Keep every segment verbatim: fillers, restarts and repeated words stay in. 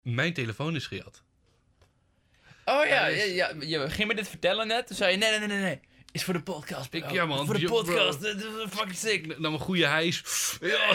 Mijn telefoon is gejat. Oh ja, is... ja, ja, je ging me dit vertellen net. Toen zei je, nee, nee, nee, nee, nee. Is voor de podcast, bro. Ik, ja, man. Voor de Yo, podcast, dat is fucking sick. Nou, mijn goede hijs. Ja.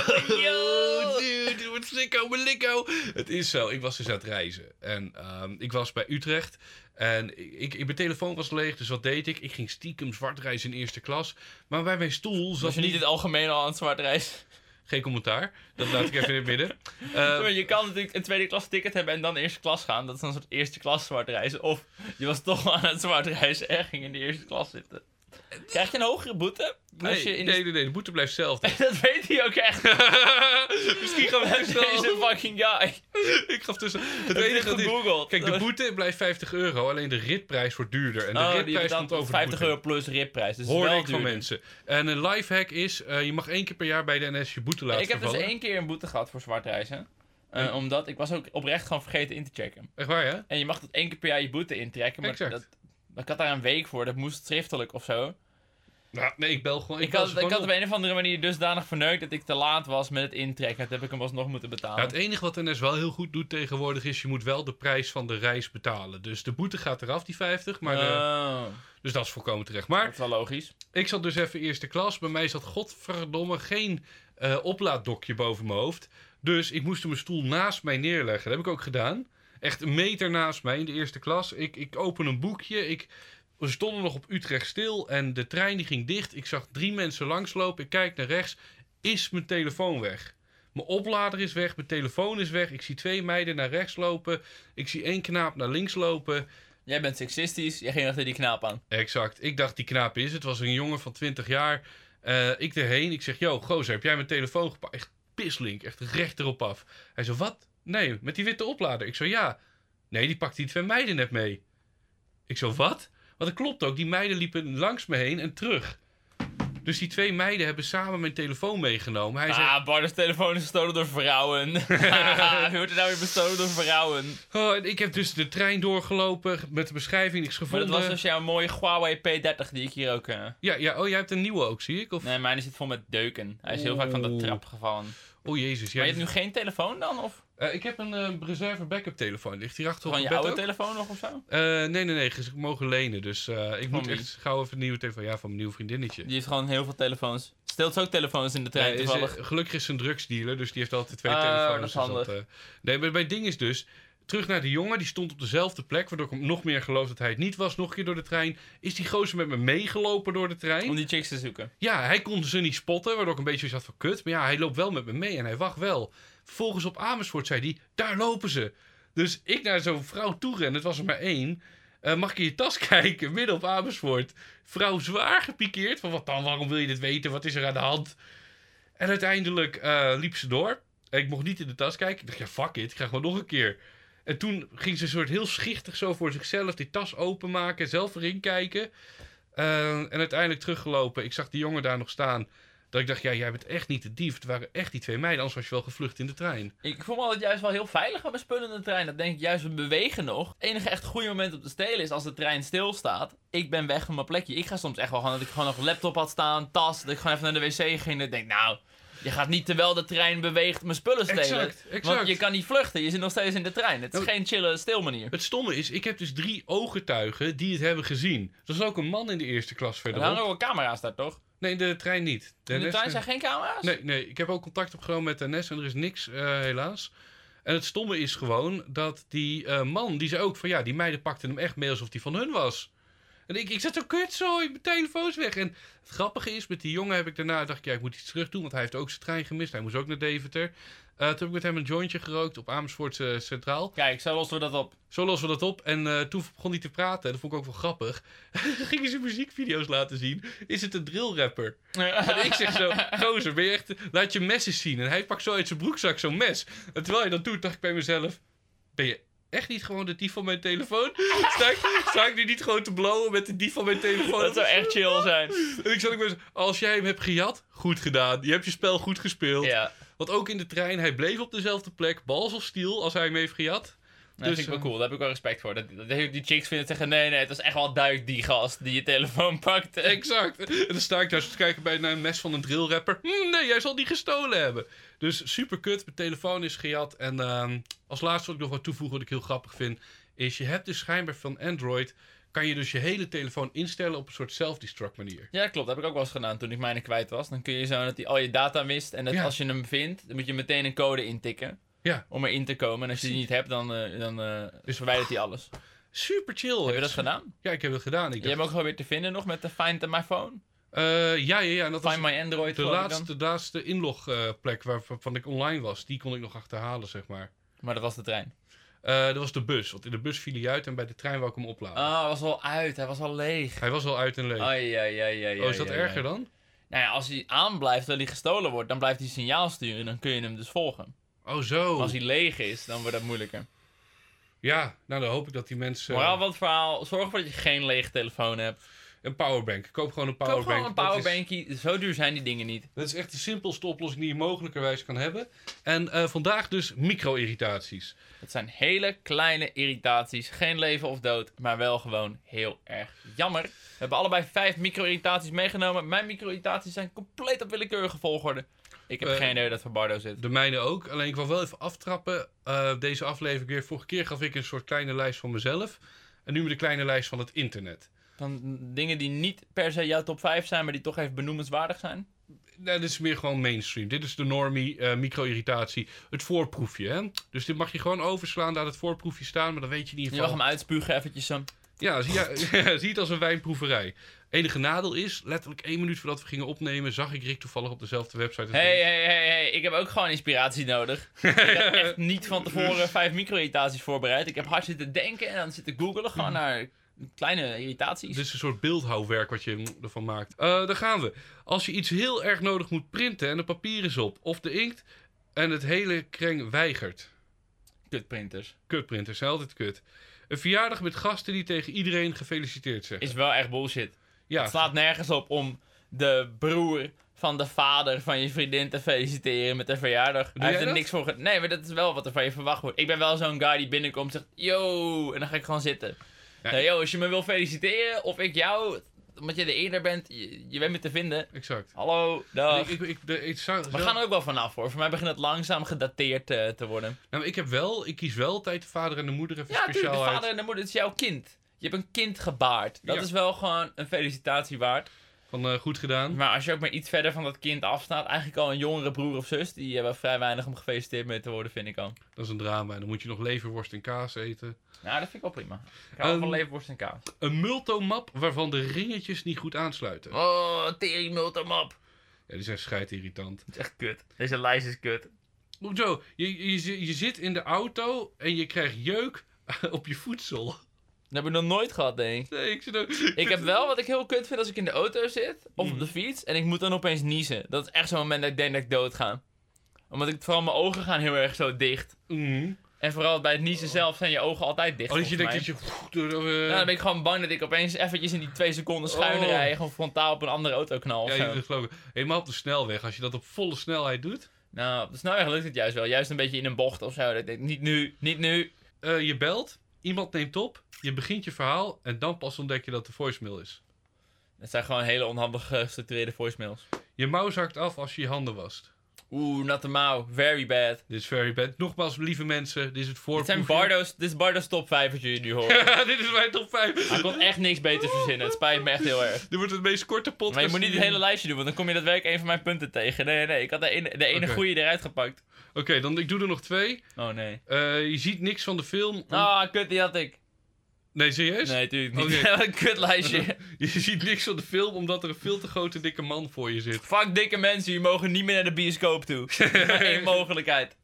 Yo. Dude, dit wordt sicko, mijn likko. Het is zo, ik was dus aan het reizen. En um, ik was bij Utrecht. En ik, ik, mijn telefoon was leeg, dus wat deed ik? Ik ging stiekem zwart reizen in eerste klas. Maar bij mijn stoel zat... Was je niet in het algemeen al aan het zwart reizen? Geen commentaar. Dat laat ik even in het midden. Uh, je kan natuurlijk een tweede klas ticket hebben en dan eerste klas gaan. Dat is dan een soort eerste klas zwart reizen. Of je was toch aan het zwart reizen en ging in de eerste klas zitten. Krijg je een hogere boete? Nee, Als je in nee, de... nee, nee, de boete blijft hetzelfde. Dat weet hij ook echt. Misschien gaan we tussen... Deze fucking guy. Ik gaf tussen... Het dat enige dat is... Kijk, de boete blijft vijftig euro, alleen de ritprijs wordt duurder. En de oh, ritprijs komt over vijftig de euro plus ritprijs. Dus hoor wel ik van duurder. mensen. En een lifehack is, uh, je mag één keer per jaar bij de N S je boete laten Ik heb vervallen. dus één keer een boete gehad voor zwart reizen. Uh, Nee. Omdat ik was ook oprecht gewoon vergeten in te checken. Echt waar, ja? En je mag tot één keer per jaar je boete intrekken. Maar Exact. dat, ik had daar een week voor, dat moest schriftelijk of zo. Nou, nee, ik bel gewoon. Ik, Ik bel had, ze ik gewoon had op. op een of andere manier dusdanig verneukt dat ik te laat was met het intrekken. Dat heb ik hem alsnog moeten betalen. Ja, het enige wat de N S wel heel goed doet tegenwoordig is, je moet wel de prijs van de reis betalen. Dus de boete gaat eraf, die vijftig. Maar de, Oh, dus dat is volkomen terecht. dat Maar is wel logisch. ik zat dus even eerste klas. Bij mij zat godverdomme geen uh, oplaaddokje boven mijn hoofd. Dus ik moest mijn stoel naast mij neerleggen. Dat heb ik ook gedaan. Echt een meter naast mij in de eerste klas. Ik, ik open een boekje. Ik, we stonden nog op Utrecht stil. En de trein die ging dicht. Ik zag drie mensen langslopen. Ik kijk naar rechts. Is mijn telefoon weg? Mijn oplader is weg. Mijn telefoon is weg. Ik zie twee meiden naar rechts lopen. Ik zie één knaap naar links lopen. Jij bent seksistisch, jij ging achter die knaap aan. Exact. Ik dacht, die knaap is het. Het was een jongen van twintig jaar. Uh, ik erheen. Ik zeg, yo, gozer, heb jij mijn telefoon gepakt? Echt pislink. Echt recht erop af. Hij zo, wat? Nee, met die witte oplader. Ik zo, ja. Nee, die pakt die twee meiden net mee. Ik zo, wat? Want dat klopt ook. Die meiden liepen langs me heen en terug. Dus die twee meiden hebben samen mijn telefoon meegenomen. Hij ah, zei... Barney's telefoon is gestolen door vrouwen. Wie wordt er nou weer bestolen door vrouwen? Oh, en ik heb dus de trein doorgelopen met de beschrijving niks Maar gevonden. dat was dus jouw mooie Huawei P dertig die ik hier ook... Uh... Ja, ja, oh, jij hebt een nieuwe ook, zie ik? Of... Nee, mijn zit vol met deuken. Hij is heel vaak van de trap gevallen. Oh, jezus. Maar jij je hebt nu geen telefoon dan? Of Uh, ik heb een uh, reserve backup telefoon. Ligt hier achter op gewoon het je bed oude ook? telefoon nog of zo? Uh, nee, nee, nee. Ze mogen lenen. Dus uh, ik moet wie? echt gauw even een nieuwe telefoon. Ja, van mijn nieuwe vriendinnetje. Die heeft gewoon heel veel telefoons. Steelt ze ook telefoons in de trein Nee, toevallig? ze, gelukkig is ze een drugsdealer. Dus die heeft altijd twee Oh, telefoons. dat is dus handig. uh, nee, maar mijn ding is dus... Terug naar die jongen, die stond op dezelfde plek, waardoor ik hem nog meer geloof dat hij het niet was. Nog een keer door de trein. Is die gozer met me meegelopen door de trein? Om die chicks te zoeken. Ja, hij kon ze niet spotten, waardoor ik een beetje zat van kut. Maar ja, hij loopt wel met me mee en hij wacht wel. Vervolgens op Amersfoort zei hij, daar lopen ze. Dus ik naar zo'n vrouw toe ren, het was er maar één. Uh, mag ik in je tas kijken, midden op Amersfoort. Vrouw zwaar gepikeerd, van wat dan, waarom wil je dit weten, wat is er aan de hand? En uiteindelijk uh, liep ze door. Ik mocht niet in de tas kijken. Ik dacht, ja fuck it, ik ga gewoon nog een keer. En toen ging ze een soort heel schichtig zo voor zichzelf die tas openmaken, zelf erin kijken. Uh, en uiteindelijk teruggelopen. Ik zag die jongen daar nog staan. Dat ik dacht, ja, jij bent echt niet de dief. Het waren echt die twee meiden, anders was je wel gevlucht in de trein. Ik voel me altijd juist wel heel veilig met mijn spullen in de trein. Dat denk ik juist, we bewegen nog. Het enige echt goede moment om te stelen is als de trein stilstaat. Ik ben weg van mijn plekje. Ik ga soms echt wel gewoon dat ik gewoon nog een laptop had staan, tas. Dat ik gewoon even naar de wc ging. En ik denk, nou, je gaat niet terwijl de trein beweegt mijn spullen stelen. Exact, exact. Want je kan niet vluchten, je zit nog steeds in de trein. Het is Oh. geen chille stilmanier. Het stomme is, ik heb dus drie ooggetuigen die het hebben gezien. Er was ook een man in de eerste klas Er verderop. hangen ook wel camera's daar, toch? Nee, in de trein niet. In de N S trein zijn geen camera's? Nee, nee, ik heb ook contact opgenomen met de N S en er is niks, uh, helaas. En het stomme is gewoon dat die uh, man, die zei ook van ja, die meiden pakten hem echt mee alsof die van hun was. En ik, ik zat zo kut zo, mijn telefoon is weg. En het grappige is, met die jongen heb ik daarna, dacht ik ja, ik moet iets terug doen, want hij heeft ook zijn trein gemist. Hij moest ook naar Deventer. Uh, toen heb ik met hem een jointje gerookt op Amersfoort uh, Centraal. Kijk, zo lossen we dat op. Zo lossen we dat op. En uh, toen begon hij te praten. Dat vond ik ook wel grappig. Gingen ze muziekvideo's laten zien. Is het een drillrapper? En ik zeg zo, gozer, ben je echt... Laat je mes eens zien. En hij pakt zo uit zijn broekzak zo'n mes. En terwijl hij dat doet, dacht ik bij mezelf... Ben je echt niet gewoon de dief van mijn telefoon? Sta ik, sta ik nu niet gewoon te blowen met de dief van mijn telefoon? Dat zou echt chill zijn. En ik zat ook bij mezelf, als jij hem hebt gejat, goed gedaan. Je hebt je spel goed gespeeld. Ja. Want ook in de trein, hij bleef op dezelfde plek. Balls of steel, als hij hem heeft gejat. Dat vind ik wel cool, daar heb ik wel respect voor. Dat, dat die chicks vinden zeggen, nee, nee, het was echt wel duidelijk die gast die je telefoon pakte. Exact. En dan sta ik daar te kijken bij een mes van een drillrapper. Hm, nee, jij zal die gestolen hebben. Dus super kut, mijn telefoon is gejat. En uh, als laatste wat ik nog wat toevoegen, wat ik heel grappig vind, is je hebt dus schijnbaar van Android, kan je dus je hele telefoon instellen op een soort self-destruct manier. Ja, klopt. Dat heb ik ook wel eens gedaan toen ik mijne kwijt was. Dan kun je zo dat hij al je data mist. En dat Ja. als je hem vindt, dan moet je meteen een code intikken. Ja. Om erin te komen. En als je die niet hebt, dan, uh, dan uh, dus verwijdert hij alles. Super chill. Heb je dat gedaan? Ja, ik heb dat gedaan. Ik Je dacht, hebt hem ook geprobeerd te vinden nog met de Find My Phone? uh, ja, ja, ja. En dat Find was My Android. de geloof ik laatste, de laatste inlogplek uh, waarvan ik online was. Die kon ik nog achterhalen, zeg maar. Maar dat was de trein. Uh, dat was de bus. Want in de bus viel hij uit en bij de trein wou ik hem opladen. Ah, hij was al uit. Hij was al leeg. Hij was al uit en leeg. Ai, ai, ai, ai, oh, is dat ai, erger ai. dan? Nou ja, als hij aanblijft terwijl hij gestolen wordt, dan blijft hij signaal sturen. Dan kun je hem dus volgen. Oh, zo. Als hij leeg is, dan wordt dat moeilijker. Ja, nou dan hoop ik dat die mensen... Uh... Moraal van het verhaal, zorg ervoor dat je geen lege telefoon hebt. Een powerbank. Koop gewoon een Koop powerbank. gewoon een powerbankie, is... zo duur zijn die dingen niet. Dat is echt de simpelste oplossing die je mogelijkerwijs kan hebben. En uh, vandaag dus micro-irritaties. Het zijn hele kleine irritaties, geen leven of dood, maar wel gewoon heel erg jammer. We hebben allebei vijf micro-irritaties meegenomen. Mijn micro-irritaties zijn compleet op willekeurige volgorde. Ik heb uh, geen idee hoe dat voor Bardo zit. De mijne ook. Alleen ik wil wel even aftrappen. Uh, deze aflevering weer. Vorige keer gaf ik een soort kleine lijst van mezelf. En nu met de kleine lijst van het internet. Van dingen die niet per se jouw top vijf zijn, maar die toch even benoemenswaardig zijn? Nee, dit is meer gewoon mainstream. Dit is de normie, uh, micro-irritatie. Het voorproefje, hè. Dus dit mag je gewoon overslaan, laat het voorproefje staan, maar dan weet je in ieder geval... Je mag hem uitspugen eventjes zo. Ja, zie, ja, zie het als een wijnproeverij. Enige nadeel is, letterlijk één minuut voordat we gingen opnemen, zag ik Rick toevallig op dezelfde website. Hé, hé, hé, hé, ik heb ook gewoon inspiratie nodig. Ik heb echt niet van tevoren vijf micro-irritaties voorbereid. Ik heb hard zitten denken en dan zitten googelen gewoon naar kleine irritaties. Dit is een soort beeldhouwwerk wat je ervan maakt. Uh, daar gaan we. Als je iets heel erg nodig moet printen en het papier is op, of de inkt, en het hele kreng weigert. Kutprinters. Kutprinters zijn altijd kut. Een verjaardag met gasten die tegen iedereen gefeliciteerd zeggen. Is wel echt bullshit. Ja. Het slaat nergens op om de broer van de vader van je vriendin te feliciteren met de verjaardag. Doe Hij heeft jij er dat? niks voor... Ge- nee, maar dat is wel wat er van je verwacht wordt. Ik ben wel zo'n guy die binnenkomt en zegt... Yo! En dan ga ik gewoon zitten. Ja, Ja, yo, als je me wil feliciteren, of ik jou... Omdat je er eerder bent, je, je bent me te vinden. Exact. Hallo, dag. Ik, ik, ik, de, ik zou, We zelf- gaan er ook wel vanaf hoor. Voor mij begint het langzaam gedateerd uh, te worden. Nou, maar ik heb wel, ik kies wel altijd de vader en de moeder even Ja, natuurlijk. speciaal De uit. vader en de moeder, het is jouw kind. Je hebt een kind gebaard. Dat Ja. is wel gewoon een felicitatie waard. Van uh, goed gedaan. Maar als je ook maar iets verder van dat kind afstaat, eigenlijk al een jongere broer of zus, die hebben vrij weinig om gefeliciteerd mee te worden, vind ik al. Dat is een drama. En dan moet je nog leverworst en kaas eten. Nou, dat vind ik wel prima. Ik hou Um, van leverworst en kaas. Een multomap waarvan de ringetjes niet goed aansluiten. Oh, tering multimap. Ja, die zijn scheidirritant. Dat is echt kut. Deze lijst is kut. Hoezo? Je, je, je zit in de auto en je krijgt jeuk op je voedsel. Dat heb ik nog nooit gehad, denk ik. Nee, ik zit ook... Ik heb wel wat ik heel kut vind als ik in de auto zit, of Mhm. op de fiets, en ik moet dan opeens niezen. Dat is echt zo'n moment dat ik denk dat ik dood ga. Omdat ik, vooral mijn ogen gaan heel erg zo dicht. Mhm. En vooral bij het niezen zelf zijn je ogen altijd dicht. Oh, dat je denkt volgens dat je... Door, uh... mij. Nou, dan ben ik gewoon bang dat ik opeens eventjes in die twee seconden schuin Oh. rijden, gewoon frontaal op een andere auto knal of Ja, zo. je, dat geloof ik. Helemaal op de snelweg. Als je dat op volle snelheid doet. Nou, op de snelweg lukt het juist wel. Juist een beetje in een bocht of zo. Dat ik denk, niet nu, niet nu. Uh, je belt. Iemand neemt op. Je begint je verhaal. En dan pas ontdek je dat de voicemail is. Het zijn gewoon hele onhandig gestructureerde voicemails. Je mouw zakt af als je je handen wast. Oeh, natte mouw. Very bad. Dit is very bad. Nogmaals, lieve mensen. Dit is het Dit voorproefje. zijn Bardo's, dit is Bardo's top vijf wat jullie nu horen. Dit is mijn top vijf. Hij kon echt niks beters verzinnen. Het spijt me echt heel erg. Dit wordt het meest korte podcast. Maar je moet niet het die- hele lijstje doen, want dan kom je daadwerkelijk een van mijn punten tegen. Nee, nee, nee. Ik had de ene, de ene Oké. goede eruit gepakt. Oké, okay, dan ik doe er nog twee. Oh nee. Uh, je ziet niks van de film. om- Ah, kut, die had ik. Nee, serieus? Nee, tuurlijk niet. Oké. Een kut lijstje. Je ziet niks van de film omdat er een veel te grote dikke man voor je zit. Fuck dikke mensen, jullie mogen niet meer naar de bioscoop toe. Dat is maar één mogelijkheid.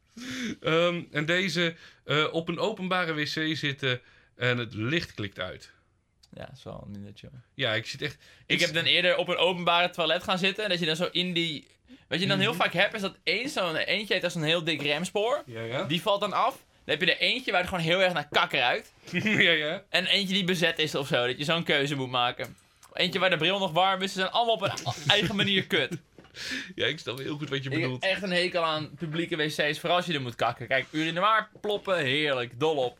Um, en deze uh, op een openbare wc zitten en het licht klikt uit. Ja, dat is wel niet net chill. Ja, ik zit echt... Ik heb dan eerder op een openbare toilet gaan zitten en dat je dan zo in die... Wat je dan heel Mhm. vaak hebt, is dat één zo'n eentje heeft als een heel dik remspoor. Ja, ja. Die valt dan af. Dan heb je er eentje waar het gewoon heel erg naar kakker ruikt. ja, ja. En eentje die bezet is of zo, dat je zo'n keuze moet maken. Eentje waar de bril nog warm is, ze zijn allemaal op een a- eigen manier kut. Ja, ik snap heel goed wat je Ik heb bedoelt. echt een hekel aan publieke wc's, vooral als je er moet kakken. Kijk, urinoir ploppen, heerlijk, dol op.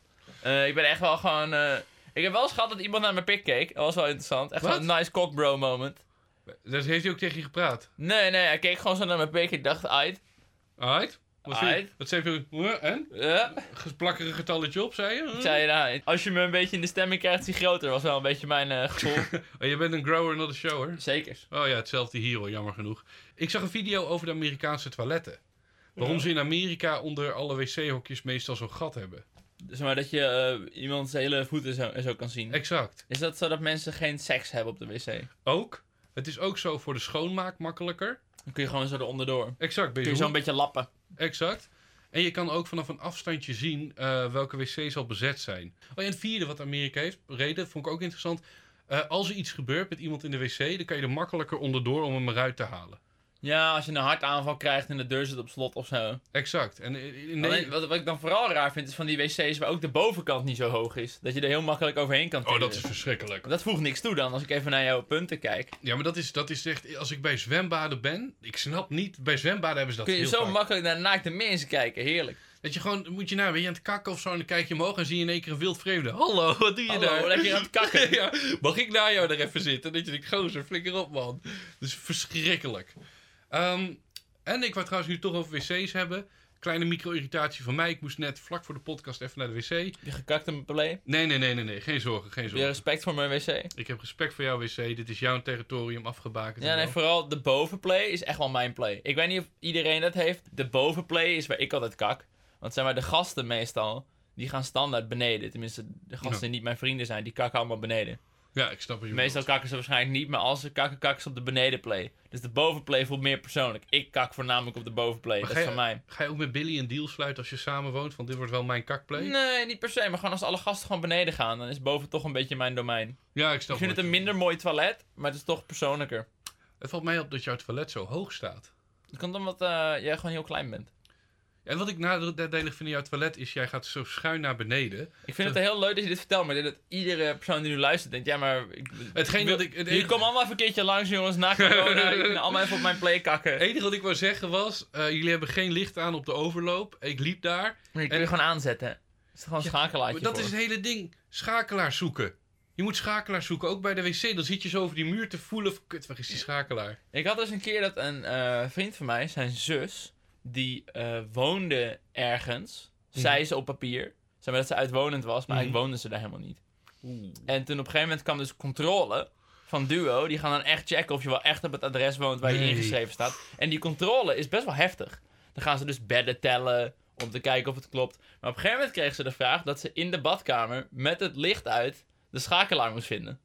Uh, ik ben echt wel gewoon... Uh, ik heb wel eens gehad dat iemand naar mijn pik keek. Dat was wel interessant. Echt wel een nice cockbro moment. Dat heeft hij ook tegen je gepraat? Nee, nee. Hij keek gewoon zo naar mijn pik. Ik dacht, aight. Aight? Wat zei je? Wat zei je? En? Ja. Plakkerig getalletje op, zei je? Ik zei, nou, als je me een beetje in de stemming krijgt, is hij groter. Was wel een beetje mijn uh, gevoel. Oh, je bent een grower, not a shower? Zeker. Oh ja, hetzelfde hier hoor, jammer genoeg. Ik zag een video over de Amerikaanse toiletten. Waarom ja. ze in Amerika onder alle wc-hokjes meestal zo'n gat hebben. Dus maar dat je uh, iemands hele voeten zo, zo kan zien. Exact. Is dat zo dat mensen geen seks hebben op de wc? Ook. Het is ook zo voor de schoonmaak makkelijker. Dan kun je gewoon zo eronder door. Exact. Kun je zo een beetje lappen. Exact. En je kan ook vanaf een afstandje zien uh, welke wc's al bezet zijn. Oh, en het vierde wat Amerika heeft, reden, vond ik ook interessant. Uh, als er iets gebeurt met iemand in de wc, dan kan je er makkelijker onderdoor om hem eruit te halen. Ja, als je een hartaanval krijgt en de deur zit op slot of zo. Exact. En in nee... Alleen, wat, wat ik dan vooral raar vind, is van die wc's waar ook de bovenkant niet zo hoog is. Dat je er heel makkelijk overheen kan tillen. Oh, dat is verschrikkelijk. Dat voegt niks toe dan, als ik even naar jouw punten kijk. Ja, maar dat is, dat is echt... Als ik bij zwembaden ben, ik snap niet... Bij zwembaden hebben ze dat kun je heel zo vaak. makkelijk naar naakte mensen kijken, heerlijk. Dat je gewoon, moet je nou, ben je aan het kakken of zo en dan kijk je omhoog en zie je in één keer een wild vreemde. Hallo, wat doe je Hallo, daar? lekker aan het kakken. Ja, mag ik na jou er even zitten? Dat je denkt, gozer, flikker op man. Dus verschrikkelijk. Um, en ik wou trouwens nu toch over wc's hebben. Kleine micro-irritatie van mij. Ik moest net vlak voor de podcast even naar de wc. Heb je gekakt in mijn play? Nee, nee, nee, nee, nee. Geen zorgen, geen zorgen. Heb je respect voor mijn wc? Ik heb respect voor jouw wc. Dit is jouw territorium afgebakend. Ja, nee, vooral de bovenplay is echt wel mijn play. Ik weet niet of iedereen dat heeft. De bovenplay is waar ik altijd kak. Want zijn maar de gasten meestal, die gaan standaard beneden. Tenminste, de gasten die niet mijn vrienden zijn, die kakken allemaal beneden. Ja, ik snap wat je Meestal bedoelt. kakken ze waarschijnlijk niet, maar als ze kakken, kakken ze op de benedenplay. Dus de bovenplay voelt meer persoonlijk. Ik kak voornamelijk op de bovenplay, dat is je, van mij. Ga je ook met Billy een deal sluiten als je samen woont? Want dit wordt wel mijn kakplay? Nee, niet per se, maar gewoon als alle gasten gewoon beneden gaan, dan is boven toch een beetje mijn domein. Ja, ik snap Ik vind het een minder mooi toilet, maar het is toch persoonlijker. Het valt mij op dat jouw toilet zo hoog staat. Dat komt omdat uh, jij gewoon heel klein bent. En wat ik nadelig vind in jouw toilet is, jij gaat zo schuin naar beneden. Ik vind het heel leuk dat je dit vertelt, maar ik denk dat iedere persoon die nu luistert denkt, ja maar... Ik, Hetgeen wil, dat ik... Het hier, kom allemaal even een keertje langs jongens, na corona, je kunt allemaal even op mijn play kakken. Het enige wat ik wou zeggen was, uh, jullie hebben geen licht aan op de overloop. Ik liep daar. Maar je kun je gewoon aanzetten. Het is gewoon een ja, schakelaartje Dat voor. is het hele ding. Schakelaar zoeken. Je moet schakelaar zoeken, ook bij de wc. Dan zit je zo over die muur te voelen van, kut, waar is die schakelaar? Ik had dus een keer dat een uh, vriend van mij, zijn zus... Die uh, woonde ergens, mm. zei ze op papier. Zeg maar dat ze uitwonend was, maar mm. eigenlijk woonde ze daar helemaal niet. Oeh. En toen op een gegeven moment kwam dus controle van Duo. Die gaan dan echt checken of je wel echt op het adres woont waar je nee. ingeschreven staat. En die controle is best wel heftig. Dan gaan ze dus bedden tellen om te kijken of het klopt. Maar op een gegeven moment kreeg ze de vraag dat ze in de badkamer met het licht uit de schakelaar moest vinden.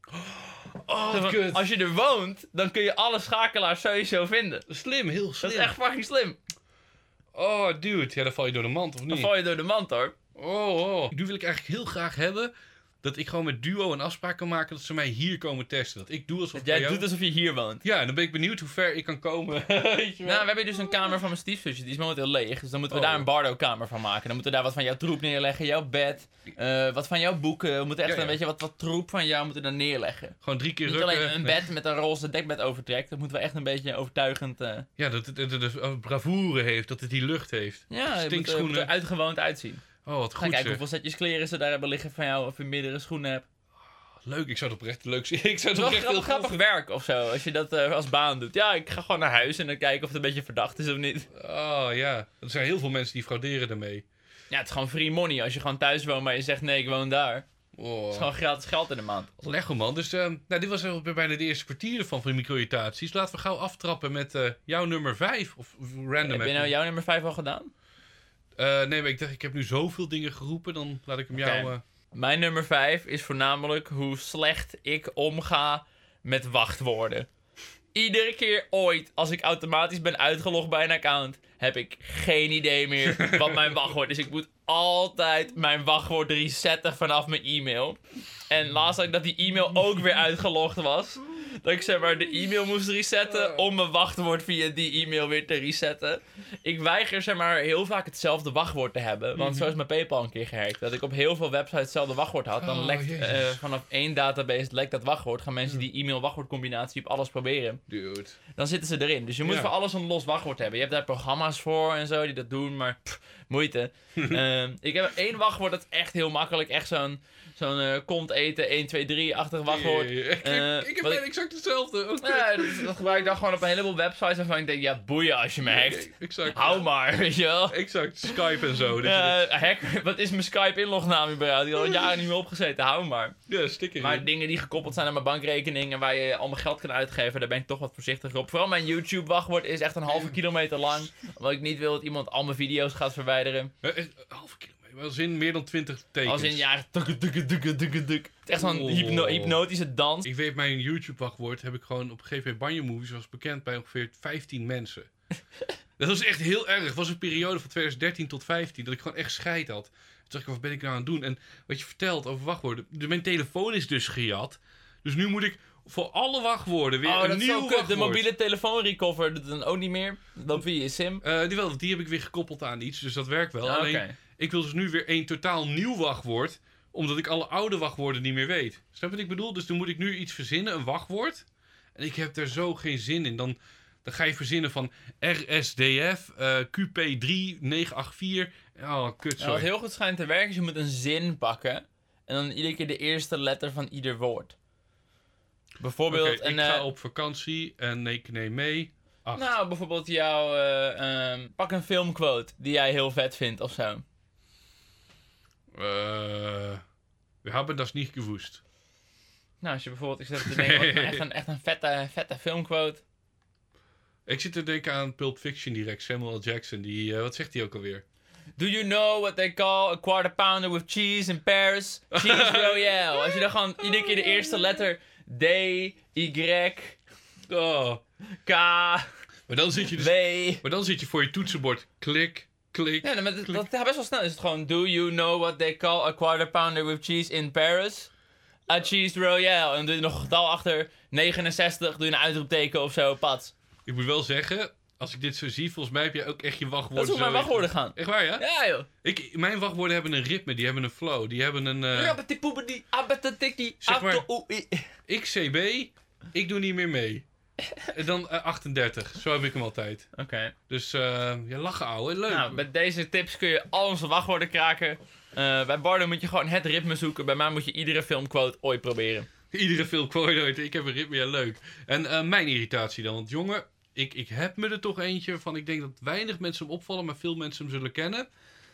Oh, van, kut. Als je er woont, dan kun je alle schakelaars sowieso vinden. Slim, heel slim. Dat is echt fucking slim. Oh, dude. Ja, dan val je door de mand, of niet? Dan val je door de mand, hoor. Oh, oh. Nu wil ik eigenlijk heel graag hebben dat ik gewoon met Duo een afspraak kan maken dat ze mij hier komen testen. Dat ik doe alsof dat jij jou... doet alsof je hier woont. Ja, en dan ben ik benieuwd hoe ver ik kan komen. Weet je wel? Nou, we hebben dus een kamer van mijn stiefzusje. Die is momenteel leeg. Dus dan moeten we oh. daar een Bardo-kamer van maken. Dan moeten we daar wat van jouw troep neerleggen. Jouw bed. Uh, wat van jouw boeken. We moeten echt ja, ja. een beetje wat, wat troep van jou moeten daar neerleggen. Gewoon drie keer Niet rukken. Niet alleen een bed met een roze dekbed overtrekt. Dat moeten we echt een beetje overtuigend... Uh... Ja, dat het de bravoure heeft. Dat het die lucht heeft. Ja, het moet, uh, moet er uitgewoond uitzien. Oh, wat goed. Ga kijken hoeveel setjes kleren ze daar hebben liggen van jou. Of je meerdere schoenen hebt. Leuk, ik zou het oprecht leuk zien. Ik zou het oprecht heel grappig, grappig werk of zo, als je dat uh, als baan doet. Ja, ik ga gewoon naar huis en dan kijken of het een beetje verdacht is of niet. Oh ja, er zijn heel veel mensen die frauderen daarmee. Ja, het is gewoon free money. Als je gewoon thuis woont, maar je zegt nee, ik woon daar. Oh. Het is gewoon gratis geld in de maand. Lego man, dus uh, nou, dit was al bijna de eerste kwartier van van micro-irritaties. Laten we gauw aftrappen met uh, jouw nummer vijf. Of random. Heb je nou jouw nummer vijf al gedaan? Uh, nee, maar ik dacht, ik heb nu zoveel dingen geroepen, dan laat ik hem jou... Okay. Uh... Mijn nummer vijf is voornamelijk hoe slecht ik omga met wachtwoorden. Iedere keer ooit, als ik automatisch ben uitgelogd bij een account, heb ik geen idee meer wat mijn wachtwoord is. Ik moet altijd mijn wachtwoord resetten vanaf mijn e-mail. En laatst had ik dat die e-mail ook weer uitgelogd was. Dat ik zeg maar de e-mail moest resetten om mijn wachtwoord via die e-mail weer te resetten. Ik weiger zeg maar heel vaak hetzelfde wachtwoord te hebben. Want Mhm. zo is mijn PayPal een keer gehackt. Dat ik op heel veel websites hetzelfde wachtwoord had. Dan Oh, lekt jezus. eh, vanaf één database lekt dat wachtwoord. Gaan mensen die e-mail-wachtwoordcombinatie op alles proberen. Dude. Dan zitten ze erin. Dus je moet Ja. voor alles een los wachtwoord hebben. Je hebt daar programma's voor en zo die dat doen, maar pff, moeite. Ehm, ik heb één wachtwoord dat is echt heel makkelijk. Echt zo'n zo'n eh kont eten één twee drie-achtig wachtwoord. Ja, ja, ja. Ik, Eh, ik heb wat bijna exact hetzelfde. Ook Ja, dat, dat gebruik ik dan gewoon op een heleboel websites waarvan ik denk, ja, boeien als je me hackt. Exact. Hou maar, weet je wel. Exact. Skype en zo. dat je Ja, dat- hack, wat is mijn Skype-inlognaam überhaupt? Die had al jaren niet meer opgezeten, hou maar. Ja, sticker. Maar dingen die gekoppeld zijn aan mijn bankrekening en waar je al mijn geld kan uitgeven, daar ben ik toch wat voorzichtiger op. Vooral mijn YouTube-wachtwoord is echt een halve kilometer lang. Omdat ik niet wil dat iemand al mijn video's gaat verwijderen. Eh, eh, halve kilometer. Wel zin meer dan twintig tekens. Als in ja, tukke, tukke, tukke, tukke, tukke. Het is echt zo'n Oh. hypno hypnotische dans. Ik weet, mijn YouTube-wachtwoord heb ik gewoon op een gegeven moment... Banjo Movies was bekend bij ongeveer vijftien mensen. Dat was echt heel erg. Het was een periode van twintig dertien tot vijftien dat ik gewoon echt scheid had. Toen dacht ik, wat ben ik nou aan het doen? En wat je vertelt over wachtwoorden... De, mijn telefoon is dus gejat. Dus nu moet ik voor alle wachtwoorden weer Oh, een dat is nieuw zo kut. wachtwoord. De mobiele telefoon recover doet het dan ook niet meer. Dat loopt via je sim. Eh, die, wel, die heb ik weer gekoppeld aan iets, dus dat werkt wel. Ah, Alleen, oké. ik wil dus nu weer een totaal nieuw wachtwoord, omdat ik alle oude wachtwoorden niet meer weet. Snap je wat ik bedoel? Dus dan moet ik nu iets verzinnen, een wachtwoord. En ik heb daar zo geen zin in. Dan, dan ga je verzinnen van R S D F, eh, Q P drie negen acht vier. Oh, kut, Nou, wat sorry. heel goed schijnt te werken is, je moet een zin pakken. En dan iedere keer de eerste letter van ieder woord. Bijvoorbeeld Oké, een... ik ga eh, op vakantie en ik neem mee acht. nou, bijvoorbeeld jouw... eh, ehm, pak een filmquote die jij heel vet vindt of zo. Eh, we hebben dat niet gewoest. Nou, als je bijvoorbeeld... Ik zit te denken, wat nou echt een, echt een vette, vette filmquote. Ik zit te denken aan Pulp Fiction direct, Samuel L. Jackson. Die, eh, wat zegt hij ook alweer? Do you know what they call a quarter pounder with cheese in Paris? Cheese Royale. Als je dan gewoon iedere keer de eerste letter D, Y, Oh. K, Maar dan zit je dus... W... Maar dan zit je voor je toetsenbord. Klik, klik. Ja, maar dat, dat gaat best wel snel. Is het gewoon, do you know what they call a quarter pounder with cheese in Paris? A cheese royale. En dan doe je nog een getal achter, negenenzestig, doe je een uitroepteken of zo, pats. Ik moet wel zeggen, als ik dit zo zie, volgens mij heb je ook echt je Dat wachtwoorden is hoe mijn zo- wachtwoorden gaan. Echt waar, ja? Ja, joh. Ik, mijn wachtwoorden hebben een ritme, die hebben een flow, die hebben een... eh Rabbetipoepedi, abbetetiki, Zeg maar- abto-oei. ik C B, ik doe niet meer mee. En dan eh, achtendertig, zo heb ik hem altijd. Oké. Dus, eh ja, lachen ouwe, leuk. Nou, met deze tips kun je al onze wachtwoorden kraken. Eh, bij Bardo moet je gewoon het ritme zoeken. Bij mij moet je iedere filmquote ooit proberen. Iedere film quote ooit, ik heb een ritme, ja leuk. En eh, mijn irritatie dan, want jongen, ik, ik heb me er toch eentje van, ik denk dat weinig mensen hem opvallen, maar veel mensen hem zullen kennen.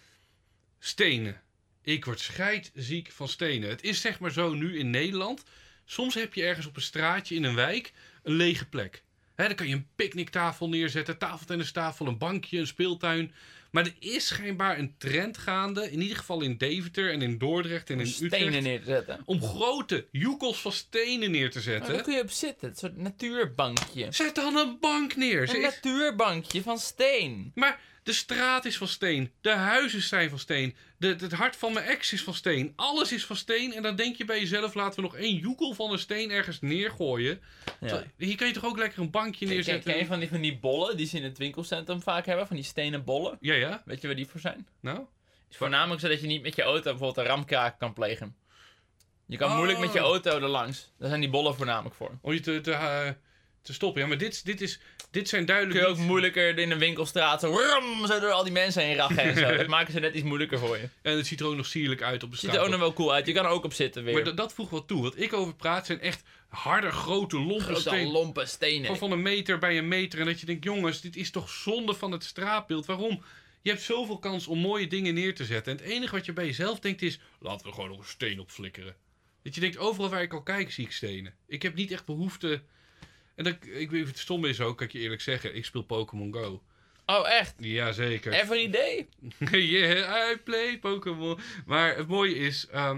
Stenen. Ik word scheidziek van stenen. Het is zeg maar zo nu in Nederland. Soms heb je ergens op een straatje in een wijk een lege plek. Hè, dan kan je een picknicktafel neerzetten, tafeltennistafel, een bankje, een speeltuin. Maar er is schijnbaar een trend gaande, in ieder geval in Deventer en in Dordrecht en in Stenen Utrecht, neer te zetten. om grote joekels van stenen neer te Maar zetten. daar kun je op zitten. Een soort natuurbankje. Zet dan een bank neer. Ze Een is- natuurbankje van steen. Maar de straat is van steen. De huizen zijn van steen. De, het hart van mijn ex is van steen. Alles is van steen. En dan denk je bij jezelf, laten we nog één joekel van een steen ergens neergooien. Ja. Terwijl, hier kan je toch ook lekker een bankje Ken, ken, neerzetten? ken je van die, van die bollen die ze in het winkelcentrum vaak hebben? Van die stenen bollen? Ja, ja. Weet je waar die voor zijn? Nou? Is voornamelijk zodat je niet met je auto bijvoorbeeld een ramkraak kan plegen. Je kan Oh. moeilijk met je auto er langs. Daar zijn die bollen voornamelijk voor. Om je te, te, eh, te stoppen. Ja, maar dit, dit, is, dit zijn duidelijk Kun je ook niet- moeilijker in een winkelstraat zo, wrum, zo door al die mensen heen rachen en zo. Dat maken ze net iets moeilijker voor je. En het ziet er ook nog sierlijk uit op de Ziet straat. er ook nog wel cool uit. Je kan er ook op zitten weer. Maar dat, dat voegt wel toe. Wat ik over praat zijn echt harde, grote, lompe Grote stenen. lompe stenen. Van, van een meter bij een meter. En dat je denkt, jongens, dit is toch zonde van het straatbeeld. Waarom? Je hebt zoveel kans om mooie dingen neer te zetten. En het enige wat je bij jezelf denkt is, laten we gewoon nog een steen op flikkeren. Dat je denkt, overal waar ik al kijk, zie ik stenen. Ik heb niet echt behoefte... En dat, ik weet het stom is ook, kan ik je eerlijk zeggen. Ik speel Pokémon Go. Oh, echt? Jazeker. Every day? Yeah, I play Pokémon. Maar het mooie is, ehm,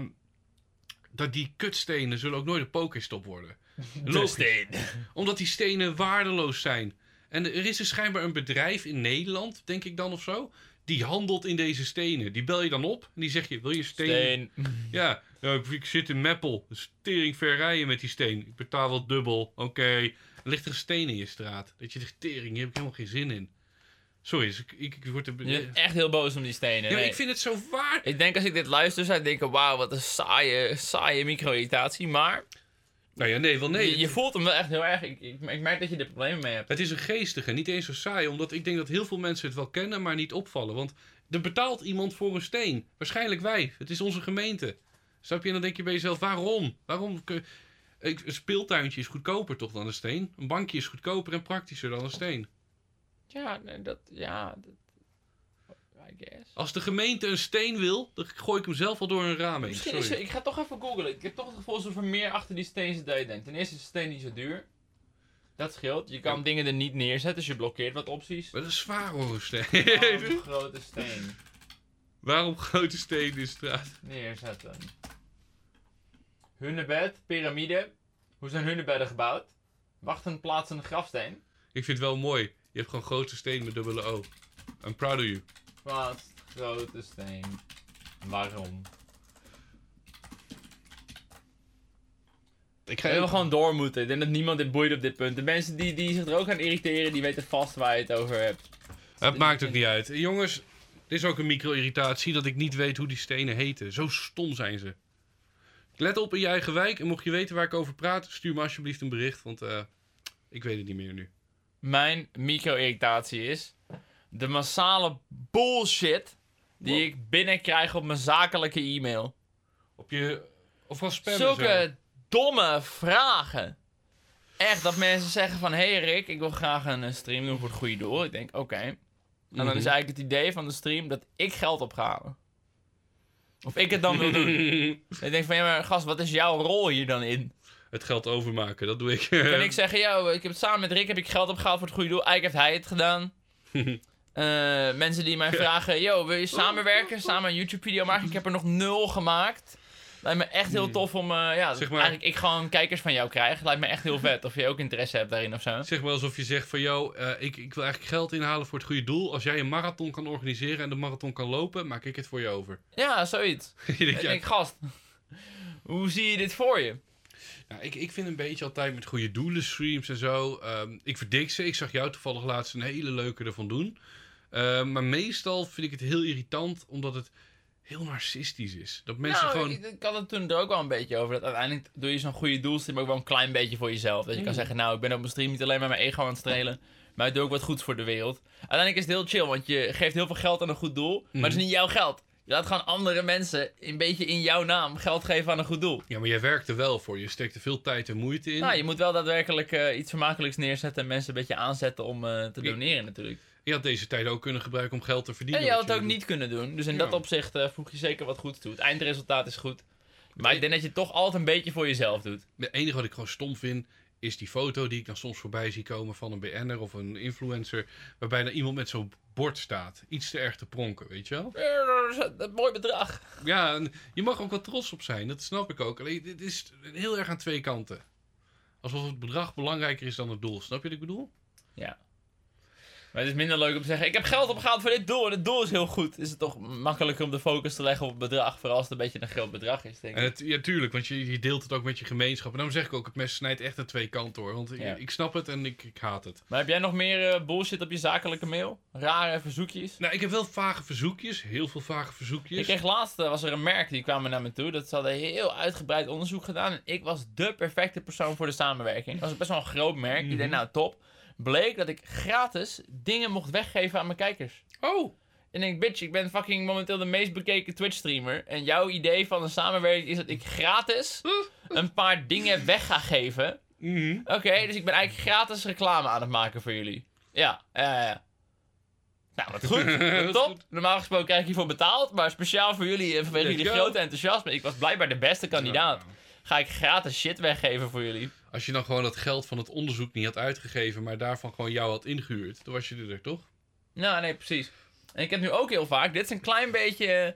dat die kutstenen zullen ook nooit een Pokéstop worden. Logisch. steen. Omdat die stenen waardeloos zijn. En er is dus schijnbaar een bedrijf in Nederland, denk ik dan of zo, die handelt in deze stenen. Die bel je dan op en die zeg je, wil je stenen? Steen. Ja, nou, ik, ik zit in Meppel. Dus tering ver rijden met die steen. Ik betaal wel dubbel. Oké. Okay. Er ligt er een steen in je straat. Dat je zegt, tering, hier heb ik helemaal geen zin in. Sorry, dus ik, ik, ik word er... Je bent echt heel boos om die stenen. Ja, nee. ik vind het zo waar. Ik denk als ik dit luister, zou ik denken, wauw, wat een saaie, saaie micro-irritatie. Maar Nou ja, nee, wel nee. je, je voelt hem wel echt heel erg. Ik, ik, ik merk dat je er problemen mee hebt. Het is een geestige, niet eens zo saai. Omdat ik denk dat heel veel mensen het wel kennen, maar niet opvallen. Want er betaalt iemand voor een steen. Waarschijnlijk wij. Het is onze gemeente. Snap je? En dan denk je bij jezelf, waarom? Waarom? Een speeltuintje is goedkoper toch dan een steen? Een bankje is goedkoper en praktischer dan een steen. Ja, nee, dat... Ja, dat, I guess. Als de gemeente een steen wil, dan gooi ik hem zelf al door een raam heen. Misschien is er, ik ga toch even googlen. Ik heb toch het gevoel alsof er meer achter die steen zit dan je denkt. Ten eerste is de steen niet zo duur. Dat scheelt. Je kan Ja. dingen er niet neerzetten, dus je blokkeert wat opties. Wat een zwaar hoor, een steen. Waarom grote steen Waarom grote steen in de straat? neerzetten? Hunebed, piramide. Hoe zijn hunebedden gebouwd? Wachten, plaatsen, grafsteen. Ik vind het wel mooi. Je hebt gewoon grote steen met dubbele O. I'm proud of you. Plaatst, grote steen. Waarom? Ik We hebben gewoon door moeten. Ik denk dat niemand dit boeit op dit punt. De mensen die, die zich er ook aan irriteren, die weten vast waar je het over hebt. Het maakt ook niet uit. Jongens, dit is ook een micro-irritatie dat ik niet weet hoe die stenen heten. Zo stom zijn ze. Let op in je eigen wijk en mocht je weten waar ik over praat, stuur me alsjeblieft een bericht, want uh, ik weet het niet meer nu. Mijn micro-irritatie is de massale bullshit die Wow. ik binnenkrijg op mijn zakelijke e-mail. Op je... Of als spam. Zulke domme vragen. Echt, dat mensen zeggen van... Hé hey Rick, ik wil graag een uh, stream doen voor het goede doel. Ik denk, oké. Okay. En dan Mhm. is eigenlijk het idee van de stream dat ik geld op ga halen. Of ik het dan wil doen. Ik denk van, ja maar gast, wat is jouw rol hier dan in? Het geld overmaken, dat doe ik. Kan ik zeggen, yo, ik heb het samen met Rick heb ik geld opgehaald voor het goede doel. Eigenlijk heeft hij het gedaan. Uh, mensen die mij vragen, yo, wil je samenwerken? Samen een YouTube-video maken? Ik heb er nog nul gemaakt. Lijkt me echt heel tof om, uh, ja, Zeg maar- eigenlijk ik gewoon kijkers van jou krijg. Lijkt me echt heel vet. Of je ook interesse hebt daarin of zo. Zeg maar alsof je zegt van, jou, uh, ik, ik wil eigenlijk geld inhalen voor het goede doel. Als jij een marathon kan organiseren en de marathon kan lopen, maak ik het voor je over. Ja, zoiets. Je denkt, Ik ja, denk, gast, hoe zie je dit voor je? Nou, ik, ik vind een beetje altijd met goede doelen streams en zo. Um, ik verdik ze. Ik zag jou toevallig laatst een hele leuke ervan doen. Uh, maar meestal vind ik het heel irritant, omdat het heel narcistisch is. Dat mensen nou, gewoon... ik, ik had het toen er ook wel een beetje over. Dat uiteindelijk doe je zo'n goede doelstream ook wel een klein beetje voor jezelf. Dat je kan Mm. zeggen, nou, ik ben op mijn stream niet alleen maar mijn ego aan het strelen. Maar ik doe ook wat goeds voor de wereld. Uiteindelijk is het heel chill, want je geeft heel veel geld aan een goed doel. Maar het is niet jouw geld. Je laat gewoon andere mensen een beetje in jouw naam geld geven aan een goed doel. Ja, maar jij werkt er wel voor. Je steekt er veel tijd en moeite in. Nou, je moet wel daadwerkelijk uh, iets vermakelijks neerzetten en mensen een beetje aanzetten om uh, te Ja. doneren natuurlijk. Je had deze tijd ook kunnen gebruiken om geld te verdienen. En je had wat het ook doet. niet kunnen doen. Dus in Ja. dat opzicht uh, voeg je zeker wat goeds toe. Het eindresultaat is goed. Maar ik denk dat je het toch altijd een beetje voor jezelf doet. Het enige wat ik gewoon stom vind, is die foto die ik dan soms voorbij zie komen van een B N'er of een influencer. Waarbij er iemand met zo'n bord staat. Iets te erg te pronken, weet je wel? Dat mooi bedrag. Ja, en je mag ook wel trots op zijn. Dat snap ik ook. Alleen, dit is heel erg aan twee kanten. Alsof het bedrag belangrijker is dan het doel. Snap je wat ik bedoel? Ja. Maar het is minder leuk om te zeggen, ik heb geld opgehaald voor dit doel en het doel is heel goed. Is het toch makkelijker om de focus te leggen op het bedrag, vooral als het een beetje een groot bedrag is, denk ik. En het, ja, tuurlijk, want je, je deelt het ook met je gemeenschap. En daarom zeg ik ook, het mes snijdt echt aan twee kanten hoor. Want ik, Ja. ik snap het en ik, ik haat het. Maar heb jij nog meer uh, bullshit op je zakelijke mail? Rare verzoekjes? Nou, ik heb wel vage verzoekjes. Heel veel vage verzoekjes. Ik kreeg laatst, uh, was er een merk die kwam naar me toe. Dat ze hadden heel uitgebreid onderzoek gedaan. En ik was de perfecte persoon voor de samenwerking. Dat was best wel een groot merk. Mhm. Ik dacht, nou top. Bleek dat ik gratis dingen mocht weggeven aan mijn kijkers. Oh! En ik denk, bitch, ik ben fucking momenteel de meest bekeken Twitch-streamer. En jouw idee van een samenwerking is dat ik gratis een paar dingen weg ga geven. Mhm. Oké, dus ik ben eigenlijk gratis reclame aan het maken voor jullie. Ja, ja, ja. Nou, wat goed. Wat top. Normaal gesproken krijg ik hiervoor betaald. Maar speciaal voor jullie, eh, vanwege Let's jullie go. grote enthousiasme. Ik was blijkbaar de beste kandidaat. Ja. Ga ik gratis shit weggeven voor jullie. Als je dan gewoon dat geld van het onderzoek niet had uitgegeven, maar daarvan gewoon jou had ingehuurd, dan was je er toch? Nou, nee, precies. En ik heb nu ook heel vaak, dit is een klein beetje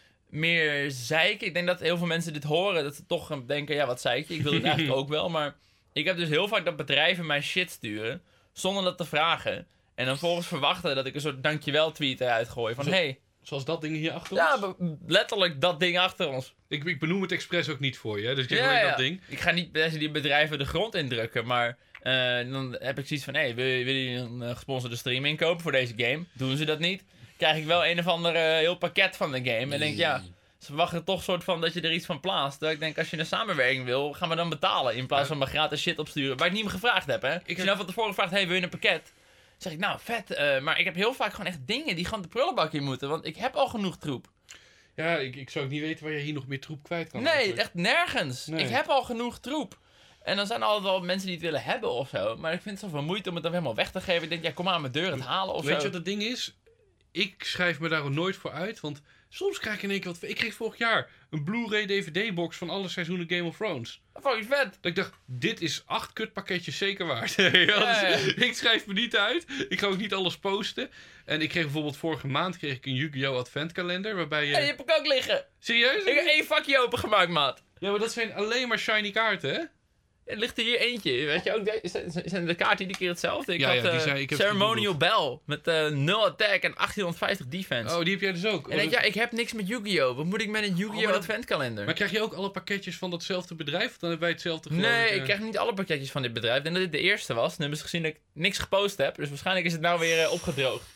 meer zeiken. Ik denk dat heel veel mensen dit horen, dat ze toch denken, ja, wat zeik je? Ik wil het eigenlijk ook wel, maar ik heb dus heel vaak dat bedrijven mij shit sturen, zonder dat te vragen. En dan volgens verwachten dat ik een soort dankjewel tweet eruit gooi. Van Zo- hey, Zoals dat ding hier achter ja, ons. be- letterlijk dat ding achter ons. Ik, ik benoem het expres ook niet voor je, hè, dus ik zeg Ja, alleen ja. dat ding. Ik ga niet deze die bedrijven de grond indrukken, maar eh, dan heb ik zoiets van, hé, hey, wil, wil je een uh, gesponsorde stream inkopen voor deze game? Doen ze dat niet? Krijg ik wel een of ander uh, heel pakket van de game. En denk, ja, ze verwachten toch soort van dat je er iets van plaatst. Dat ik denk, als je een samenwerking wil, ga me dan betalen. In plaats Ja. van me gratis shit opsturen, waar ik niet meer gevraagd heb, hè. Ik heb heb- nou van tevoren gevraagd, hey, wil je een pakket? Zeg ik, nou, vet, uh, maar ik heb heel vaak gewoon echt dingen die gewoon de prullenbak in moeten, want ik heb al genoeg troep. Ja, ik, ik zou ook niet weten waar je hier nog meer troep kwijt kan. Nee, eigenlijk. echt nergens. Nee. Ik heb al genoeg troep. En dan zijn er altijd wel mensen die het willen hebben of zo. Maar ik vind het zoveel moeite om het dan helemaal weg te geven. Ik denk, ja, kom maar aan mijn deur het halen of Weet zo. je wat het ding is? Ik schrijf me daar ook nooit voor uit, want soms krijg ik in één keer wat... Ik kreeg vorig jaar een Blu-ray D V D-box van alle seizoenen Game of Thrones. Dat vond ik vet. Dat ik dacht, dit is acht kutpakketjes zeker waard. Ja, dus ik schrijf me niet uit. Ik ga ook niet alles posten. En ik kreeg bijvoorbeeld vorige maand kreeg ik een Yu-Gi-Oh! Adventkalender, waarbij je... Ja, die heb ik ook liggen. Serieus? Ik heb één vakje opengemaakt, maat. Ja, maar dat zijn alleen maar shiny kaarten, hè? Er ligt er hier eentje. Weet je ook, de- zijn- zijn de kaarten iedere keer hetzelfde? Ik Ja, had ja, die eh, zijn- ik heb Ceremonial Bell met eh nul attack en achttienhonderdvijftig defense. Oh, die heb jij dus ook. En ik denk, ja, ik heb niks met Yu-Gi-Oh! Wat moet ik met een Oh, Yu-Gi-Oh! maar dat- adventkalender? Maar krijg je ook alle pakketjes van datzelfde bedrijf? Of dan hebben wij hetzelfde gewoon... Nee, eh, ik krijg niet alle pakketjes van dit bedrijf. Ik denk dat dit de eerste was. Nu hebben ze gezien dat ik niks gepost heb. Dus waarschijnlijk is het nou weer eh, opgedroogd.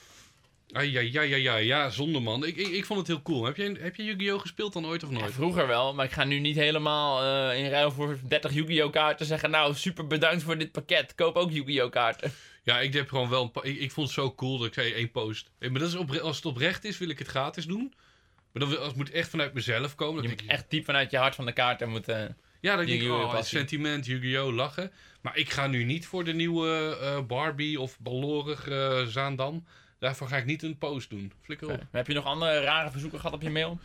Ah, ja, ja, ja, ja, ja, zonde man. Ik, ik, ik vond het heel cool. Heb je, heb je Yu-Gi-Oh! Gespeeld dan ooit of Ja, nooit? vroeger wel, maar ik ga nu niet helemaal eh, in ruil voor dertig Yu-Gi-Oh! kaarten zeggen... Nou, super bedankt voor dit pakket. Koop ook Yu-Gi-Oh! kaarten. Ja, ik heb gewoon wel een pa- ik, ik vond het zo cool dat ik zei één post. Eh, Maar dat is opre- als het oprecht is, wil ik het gratis doen. Maar dan, wil- als het moet echt vanuit mezelf komen. Dan Je denk moet ik, echt diep vanuit je hart van de kaarten moeten... ja, dan denk ik, Yu-Gi-Oh! oh, het passie. sentiment, Yu-Gi-Oh! Lachen. Maar ik ga nu niet voor de nieuwe eh, Barbie of Ballorig eh Zaandam. Daarvoor ga ik niet een post doen. Flikker op. Maar heb je nog andere rare verzoeken gehad op je mail?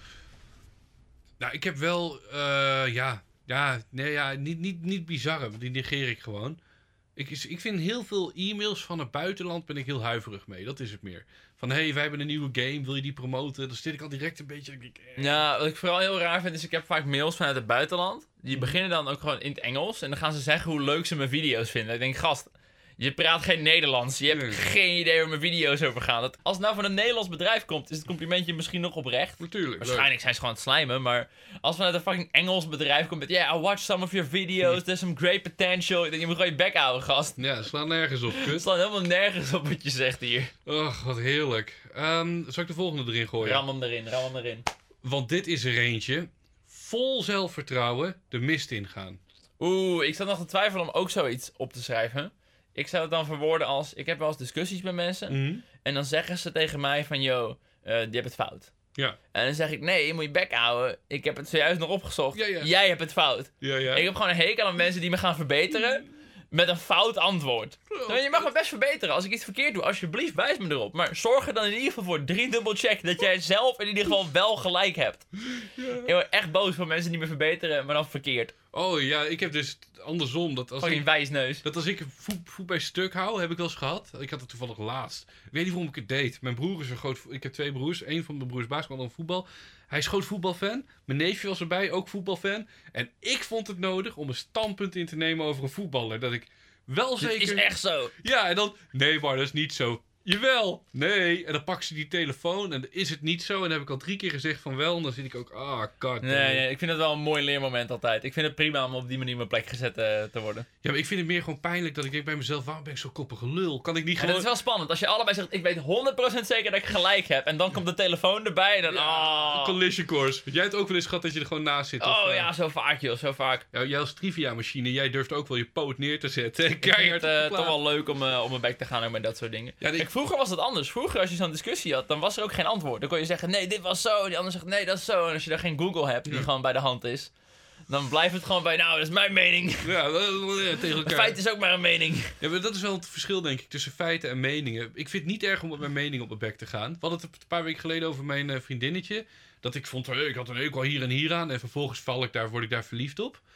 Nou, ik heb wel, eh, ja, ja, nee, ja, niet, niet, niet bizarre, die negeer ik gewoon. Ik, is- ik vind heel veel e-mails van het buitenland, ben ik heel huiverig mee, dat is het meer. Van, hé, hey, wij hebben een nieuwe game, wil je die promoten? Dan zit ik al direct een beetje, dan denk ik, eh. Ja, wat ik vooral heel raar vind is, ik heb vaak mails vanuit het buitenland. Die Mhm. beginnen dan ook gewoon in het Engels. En dan gaan ze zeggen hoe leuk ze mijn video's vinden. Ik denk, gast, je praat geen Nederlands. Je hebt Nee. geen idee waar mijn video's over gaan. Dat, als het nou van een Nederlands bedrijf komt, is het complimentje misschien nog oprecht. Natuurlijk, leuk. Waarschijnlijk zijn ze gewoon aan het slijmen, maar als vanuit een fucking Engels bedrijf komt met... Yeah, I watched some of your videos, there's some great potential. Ik denk, je moet gewoon je bek houden, gast. Ja, sla nergens op, Het kut. slaat helemaal nergens op wat je zegt hier. Och, wat heerlijk. Ehm, zal ik de volgende erin gooien? Ram hem erin, ram hem erin. Want dit is er eentje. Vol zelfvertrouwen de mist ingaan. Oeh, ik zat nog te twijfelen om ook zoiets op te schrijven. Ik zou het dan verwoorden als... Ik heb wel eens discussies met mensen. Mhm. En dan zeggen ze tegen mij van... Yo, eh die hebt het fout. Ja. En dan zeg ik... Nee, je moet je bek houden. Ik heb het zojuist nog opgezocht. Ja, ja. Jij hebt het fout. Ja, ja. Ik heb gewoon een hekel aan mensen die me gaan verbeteren... Met een fout antwoord. Nou, je mag me best verbeteren. Als ik iets verkeerd doe, alsjeblieft wijs me erop. Maar zorg er dan in ieder geval voor drie dubbel check dat jij zelf in ieder geval wel gelijk hebt. Ik word echt boos van mensen die me verbeteren, maar dan verkeerd. Oh ja, ik heb dus andersom. Dat als Gewoon ik... een wijsneus. Dat als ik voet, voet bij stuk hou, heb ik wel eens gehad. Ik had het toevallig laatst. Ik weet niet waarom ik het deed. Mijn broer is een groot... vo- Ik heb twee broers. Eén van mijn broers is basketbal, dan voetbal. Hij is groot voetbalfan. Mijn neefje was erbij, ook voetbalfan. En ik vond het nodig om een standpunt in te nemen over een voetballer. Dat ik wel Het zeker... is echt zo. Ja, en dan... Nee, maar dat is niet zo. Jawel. Nee. En dan pakken ze die telefoon en dan is het niet zo. En dan heb ik al drie keer gezegd van wel. En dan zit ik ook... Ah, god. Nee, nee, ik vind het wel een mooi leermoment altijd. Ik vind het prima om op die manier op mijn plek gezet eh, te worden. Ja, maar ik vind het meer gewoon pijnlijk dat ik denk bij mezelf... Waarom ben ik zo koppige lul? Kan ik niet En gewoon... dat is wel spannend. Als je allebei zegt, ik weet honderd procent zeker dat ik gelijk heb. En dan komt de telefoon erbij en dan... Oh, Collision course. Jij hebt ook wel eens gehad dat je er gewoon naast zit. of, oh eh, ja, zo vaak joh, zo vaak. Ja, jij als trivia-machine, jij durft ook wel je poot neer te zetten. Ik vind Keihard het eh, op de toch plaat. wel leuk om, eh, om mijn bek te gaan ook met dat soort dingen. Ja, die- Kijk, vroeger was het anders. Vroeger als je zo'n discussie had, dan was er ook geen antwoord. Dan kon je zeggen, nee, dit was zo. Die ander zegt, nee, dat is zo. En als je daar geen Google hebt, die Ja. gewoon bij de hand is, dan blijft het gewoon bij, nou, dat is mijn mening. Ja, eh, eh, tegen Een elkaar. feit is ook maar een mening. Ja, maar dat is wel het verschil, denk ik, tussen feiten en meningen. Ik vind het niet erg om met mijn mening op mijn bek te gaan. We hadden het een paar weken geleden over mijn eh, vriendinnetje. Dat ik vond, eh, ik had een hekel hier en hier aan. En vervolgens val ik daar, word ik daar verliefd op.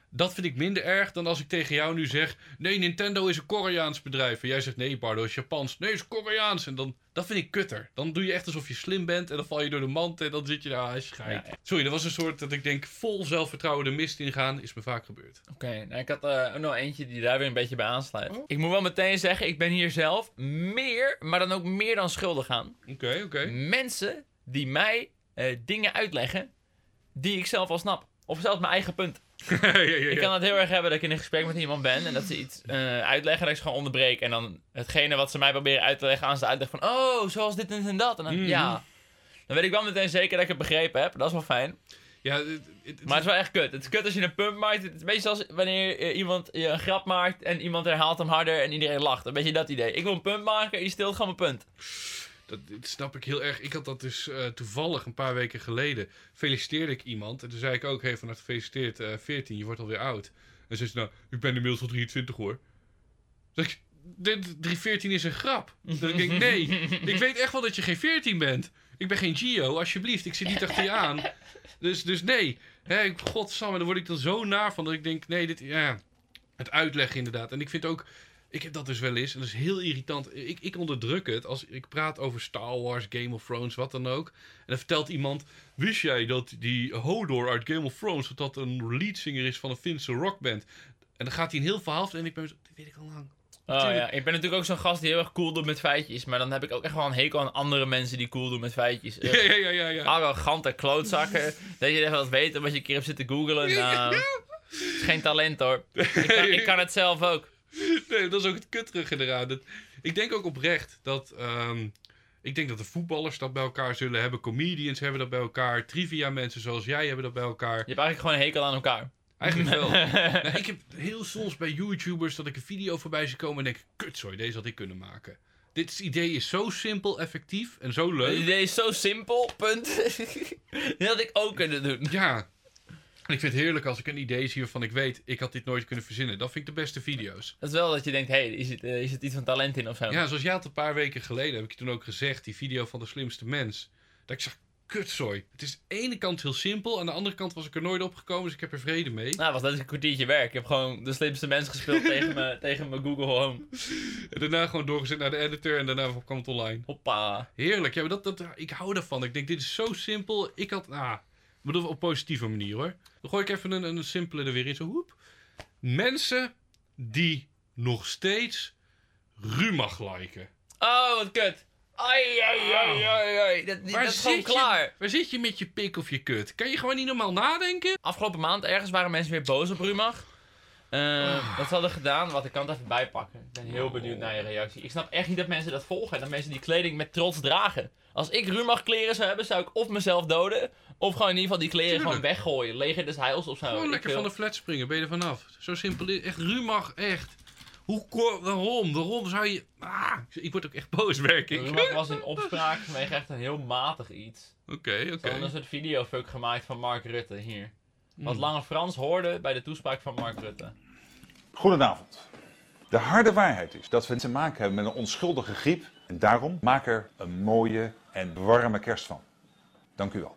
Dat vind ik minder erg dan als ik tegen jou nu zeg... Nee, Nintendo is een Koreaans bedrijf. En jij zegt, nee, Bardo is Japans. Nee, is Koreaans. En dan, dat vind ik kutter. Dan doe je echt alsof je slim bent. En dan val je door de mand. En dan zit je daar, ah, schijt. Ja, ja. Sorry, dat was een soort dat ik denk... vol zelfvertrouwen de mist ingaan. Is me vaak gebeurd. Oké, okay, nou, ik had uh, ook nog eentje die daar weer een beetje bij aansluit. Oh. Ik moet wel meteen zeggen, ik ben hier zelf meer... maar dan ook meer dan schuldig aan. Oké, okay, oké. Okay. Mensen die mij uh, dingen uitleggen... die ik zelf al snap. Of zelfs mijn eigen punt. ja, ja, ja. Ik kan het heel erg hebben dat ik in een gesprek met iemand ben... en dat ze iets uh, uitleggen en dat ik ze gewoon onderbreek... en dan hetgene wat ze mij proberen uit te leggen aan ze uitleggen van... oh, zoals dit en dat. En dan, mm. ja, dan weet ik wel meteen zeker dat ik het begrepen heb. Dat is wel fijn. Ja, het, het, het, maar het is wel echt kut. Het is kut als je een punt maakt. Het is een beetje zoals wanneer uh, iemand je een grap maakt... en iemand herhaalt hem harder en iedereen lacht. Een beetje dat idee. Ik wil een punt maken en je stilt gewoon mijn punt. Dat, dat snap ik heel erg. Ik had dat dus uh, toevallig een paar weken geleden. Feliciteerde ik iemand. En toen zei ik ook, hey, van harte gefeliciteerd, uh, veertien, je wordt alweer oud. En zei ze, nou, ik ben inmiddels al drieëntwintig hoor. Dus ik, dit, veertien is een grap. Dan denk ik, nee, ik weet echt wel dat je geen veertien bent. Ik ben geen Gio, alsjeblieft, ik zit niet achter je aan. Dus, dus nee, hè, godsamme, daar word ik dan zo naar van dat ik denk, nee, dit, ja, het uitleggen inderdaad. En ik vind ook... Ik heb dat dus wel eens, en dat is heel irritant. Ik, ik onderdruk het als ik praat over Star Wars, Game of Thrones, wat dan ook. En dan vertelt iemand, wist jij dat die Hodor uit Game of Thrones... dat dat een leadzanger is van een Finse rockband? En dan gaat hij een heel verhaal en ik ben zo, dat weet ik al lang. Oh ja, ik ben natuurlijk ook zo'n gast die heel erg cool doet met feitjes. Maar dan heb ik ook echt wel een hekel aan andere mensen die cool doen met feitjes. Ja, ja, ja, ja, ja. Arrogante klootzakken. Dat je even wat weet omdat je een keer hebt zitten googlen. Nou, het is geen talent hoor. Ik kan, ik kan het zelf ook. Nee, dat is ook het kutterige eraan. Dat, ik denk ook oprecht dat... Um, ik denk dat de voetballers dat bij elkaar zullen hebben. Comedians hebben dat bij elkaar. Trivia mensen zoals jij hebben dat bij elkaar. Je hebt eigenlijk gewoon een hekel aan elkaar. Eigenlijk wel. Nou, ik heb heel soms bij YouTubers dat ik een video voorbij zie komen en denk... Kutzooi, deze had ik kunnen maken. Dit idee is zo simpel, effectief en zo leuk. Het idee is zo simpel, punt. Dat had ik ook kunnen doen. Ja. En ik vind het heerlijk als ik een idee zie waarvan ik weet... ik had dit nooit kunnen verzinnen. Dat vind ik de beste video's. Dat is wel dat je denkt, hé, hey, is, het, uh, is het iets van talent in of zo? Ja, zoals jij had een paar weken geleden... heb ik je toen ook gezegd, die video van de slimste mens. Dat ik zeg, kutzooi. Het is aan de ene kant heel simpel... aan de andere kant was ik er nooit op gekomen... dus ik heb er vrede mee. Nou, was dat is een kwartiertje werk. Ik heb gewoon de slimste mens gespeeld tegen, me, tegen mijn Google Home. En daarna gewoon doorgezet naar de editor... en daarna kwam het online. Hoppa. Heerlijk. Ja, maar dat, dat, ik hou daarvan. Ik denk, dit is zo simpel. Ik had... Ah, ik bedoel, op positieve manier hoor. Dan gooi ik even een, een simpele er weer in. Zo, hoep. Mensen die nog steeds Rumach liken. Oh, wat kut. Ai, ai, ai, ai, ai. Dat, waar dat is gewoon klaar. Je, waar zit je met je pik of je kut? Kan je gewoon niet normaal nadenken? Afgelopen maand ergens waren mensen weer boos op Rumach. Uh, oh. Wat ze hadden gedaan, wat ik kan het even bijpakken. Ik ben heel benieuwd naar je reactie. Ik snap echt niet dat mensen dat volgen en dat mensen die kleding met trots dragen. Als ik Rumach kleren zou hebben, zou ik of mezelf doden, of gewoon in ieder geval die kleren Tuurlijk. gewoon weggooien. Leger des heils of zo. Gewoon ik lekker wil... van de flat springen, ben je er vanaf. Zo simpel is echt Rumach, echt. Hoe, waarom? Waarom zou je... Ah, ik word ook echt boos, werk ik. Rumach was in opspraak vanwege echt een heel matig iets. Oké, okay, oké. Okay. Ze hadden een soort videofuck gemaakt van Mark Rutte, hier. Wat mm. Lange Frans hoorde bij de toespraak van Mark Rutte. Goedenavond. De harde waarheid is dat we te maken hebben met een onschuldige griep. En daarom maak er een mooie en warme kerst van. Dank u wel.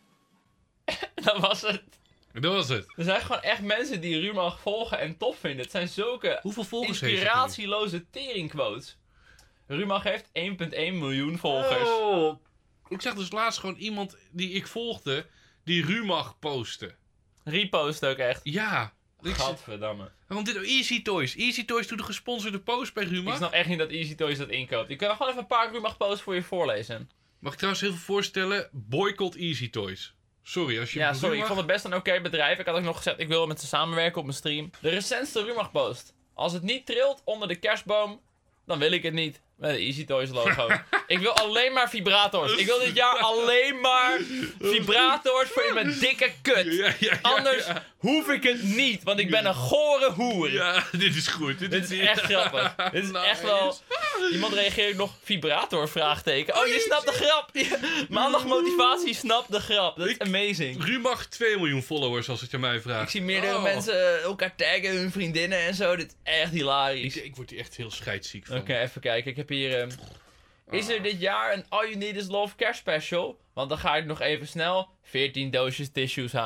Dat was het. Dat was het. Er zijn gewoon echt mensen die Rumach volgen en tof vinden. Het zijn zulke Hoeveel volgers inspiratieloze teringquotes. Rumach heeft één komma één miljoen volgers. Oh. Ik zag dus laatst gewoon iemand die ik volgde, die Rumach postte. Repost ook echt. Ja. Gadverdamme. Want dit Easy Toys. Easy Toys doet een gesponsorde post bij Rumach. Ik snap echt niet dat Easy Toys dat inkoopt. Ik kan gewoon even een paar Rumach posts voor je voorlezen. Mag ik trouwens heel veel voorstellen? Boycott Easy Toys. Sorry, als je... Ja, sorry. Rumach... Ik vond het best een oké okay bedrijf. Ik had ook nog gezegd, ik wil met ze samenwerken op mijn stream. De recentste Rumach post. Als het niet trilt onder de kerstboom, dan wil ik het niet. Met de Easy Toys logo. Ik wil alleen maar vibrators. Ik wil dit jaar alleen maar vibrators voor je met dikke kut. Ja, ja, ja, Anders ja. hoef ik het niet, want ik ben een gore hoer. Ja, dit is goed. Dit, dit is, is echt grappig. Dit is nice. Echt wel... Iemand reageert nog vibrator, vraagteken. Oh, je snapt de grap. Maandag motivatie snapt de grap. Dat is amazing. Rumach twee miljoen followers, als het je mij vraagt. Ik zie meerdere oh. mensen elkaar taggen, hun vriendinnen en zo. Dit is echt hilarisch. Ik, ik word hier echt heel scheidsziek van. Oké, okay, even kijken. Ik heb hier... Um... Is er dit jaar een All You Need Is Love kerstspecial? Want dan ga ik nog even snel veertien doosjes tissues halen.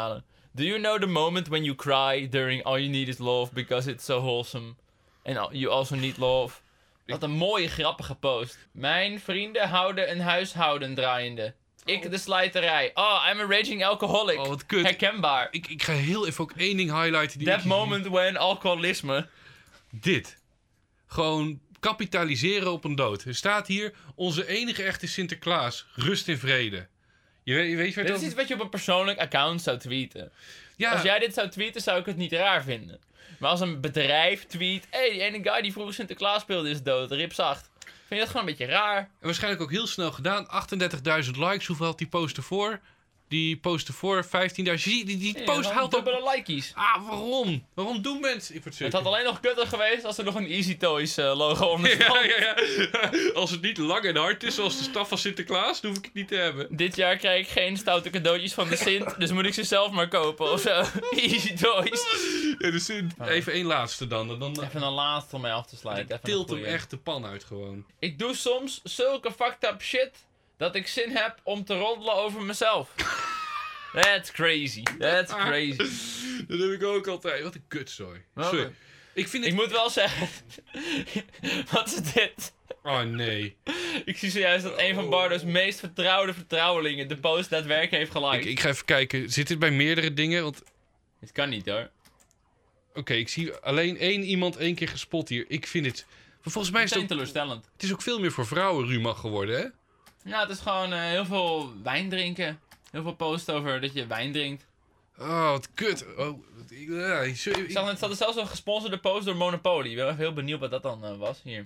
Do you know the moment when you cry during All You Need Is Love because it's so wholesome? And you also need love. Wat een mooie, grappige post. Mijn vrienden houden een huishouden draaiende. Ik de slijterij. Oh, I'm a raging alcoholic. Oh, wat kut. Herkenbaar. Ik, ik ga heel even ook één ding highlighten. Die That ik- moment when alcoholisme. Dit. Gewoon kapitaliseren op een dood. Er staat hier, onze enige echte Sinterklaas. Rust in vrede. Je weet, je weet waar Dit dat... is iets wat je op een persoonlijk account zou tweeten. Ja, Als jij dit zou tweeten, zou ik het niet raar vinden. Maar als een bedrijf tweet... Hé, hey, die ene guy die vroeger Sinterklaas speelde is dood. Rip zacht. Vind je dat gewoon een beetje raar? en waarschijnlijk ook heel snel gedaan. achtendertigduizend likes. Hoeveel had die post ervoor? Die post ervoor vijftienduizend. Zie je, die, die Hey, post dan haalt op... dubbele likejes. Ah, waarom? Waarom doen mensen... Ik word Het had alleen nog kutter geweest als er nog een Easy Toys eh, logo onder stond. Ja, ja, ja. Als het niet lang en hard is, zoals de staf van Sinterklaas, dan hoef ik het niet te hebben. Dit jaar krijg ik geen stoute cadeautjes van de Sint, dus moet ik ze zelf maar kopen of zo. Easy Toys. Ja, de Sint. Even één laatste dan. En dan Even een laatste om mij af te sluiten. Even een tilt hem goeie. echt de pan uit gewoon. Ik doe soms zulke fucked up shit dat ik zin heb om te roddelen over mezelf. That's crazy. That's crazy. Dat heb ik ook altijd. Wat een kutzooi. Welke? Sorry. Ik vind het... Ik moet wel zeggen... Wat is dit? Oh nee. Ik zie zojuist dat een van Bardo's meest vertrouwde vertrouwelingen de post daadwerkelijk heeft geliked. Ik, ik ga even kijken. Zit dit bij meerdere dingen? Want... Dit kan niet hoor. Oké, ik zie alleen één iemand één keer gespot hier. Ik vind het... Maar volgens mij is het Meteen ook... teleurstellend. Het is ook veel meer voor vrouwen Rumach geworden, hè? Ja, het is gewoon eh, heel veel wijn drinken. Heel veel posts over dat je wijn drinkt. Oh, wat kut. Oh, wat- ik, ja, ik- Ik zag net, er zelfs een gesponsorde post door Monopoly. Ik ben even heel benieuwd wat dat dan eh, was. Hier.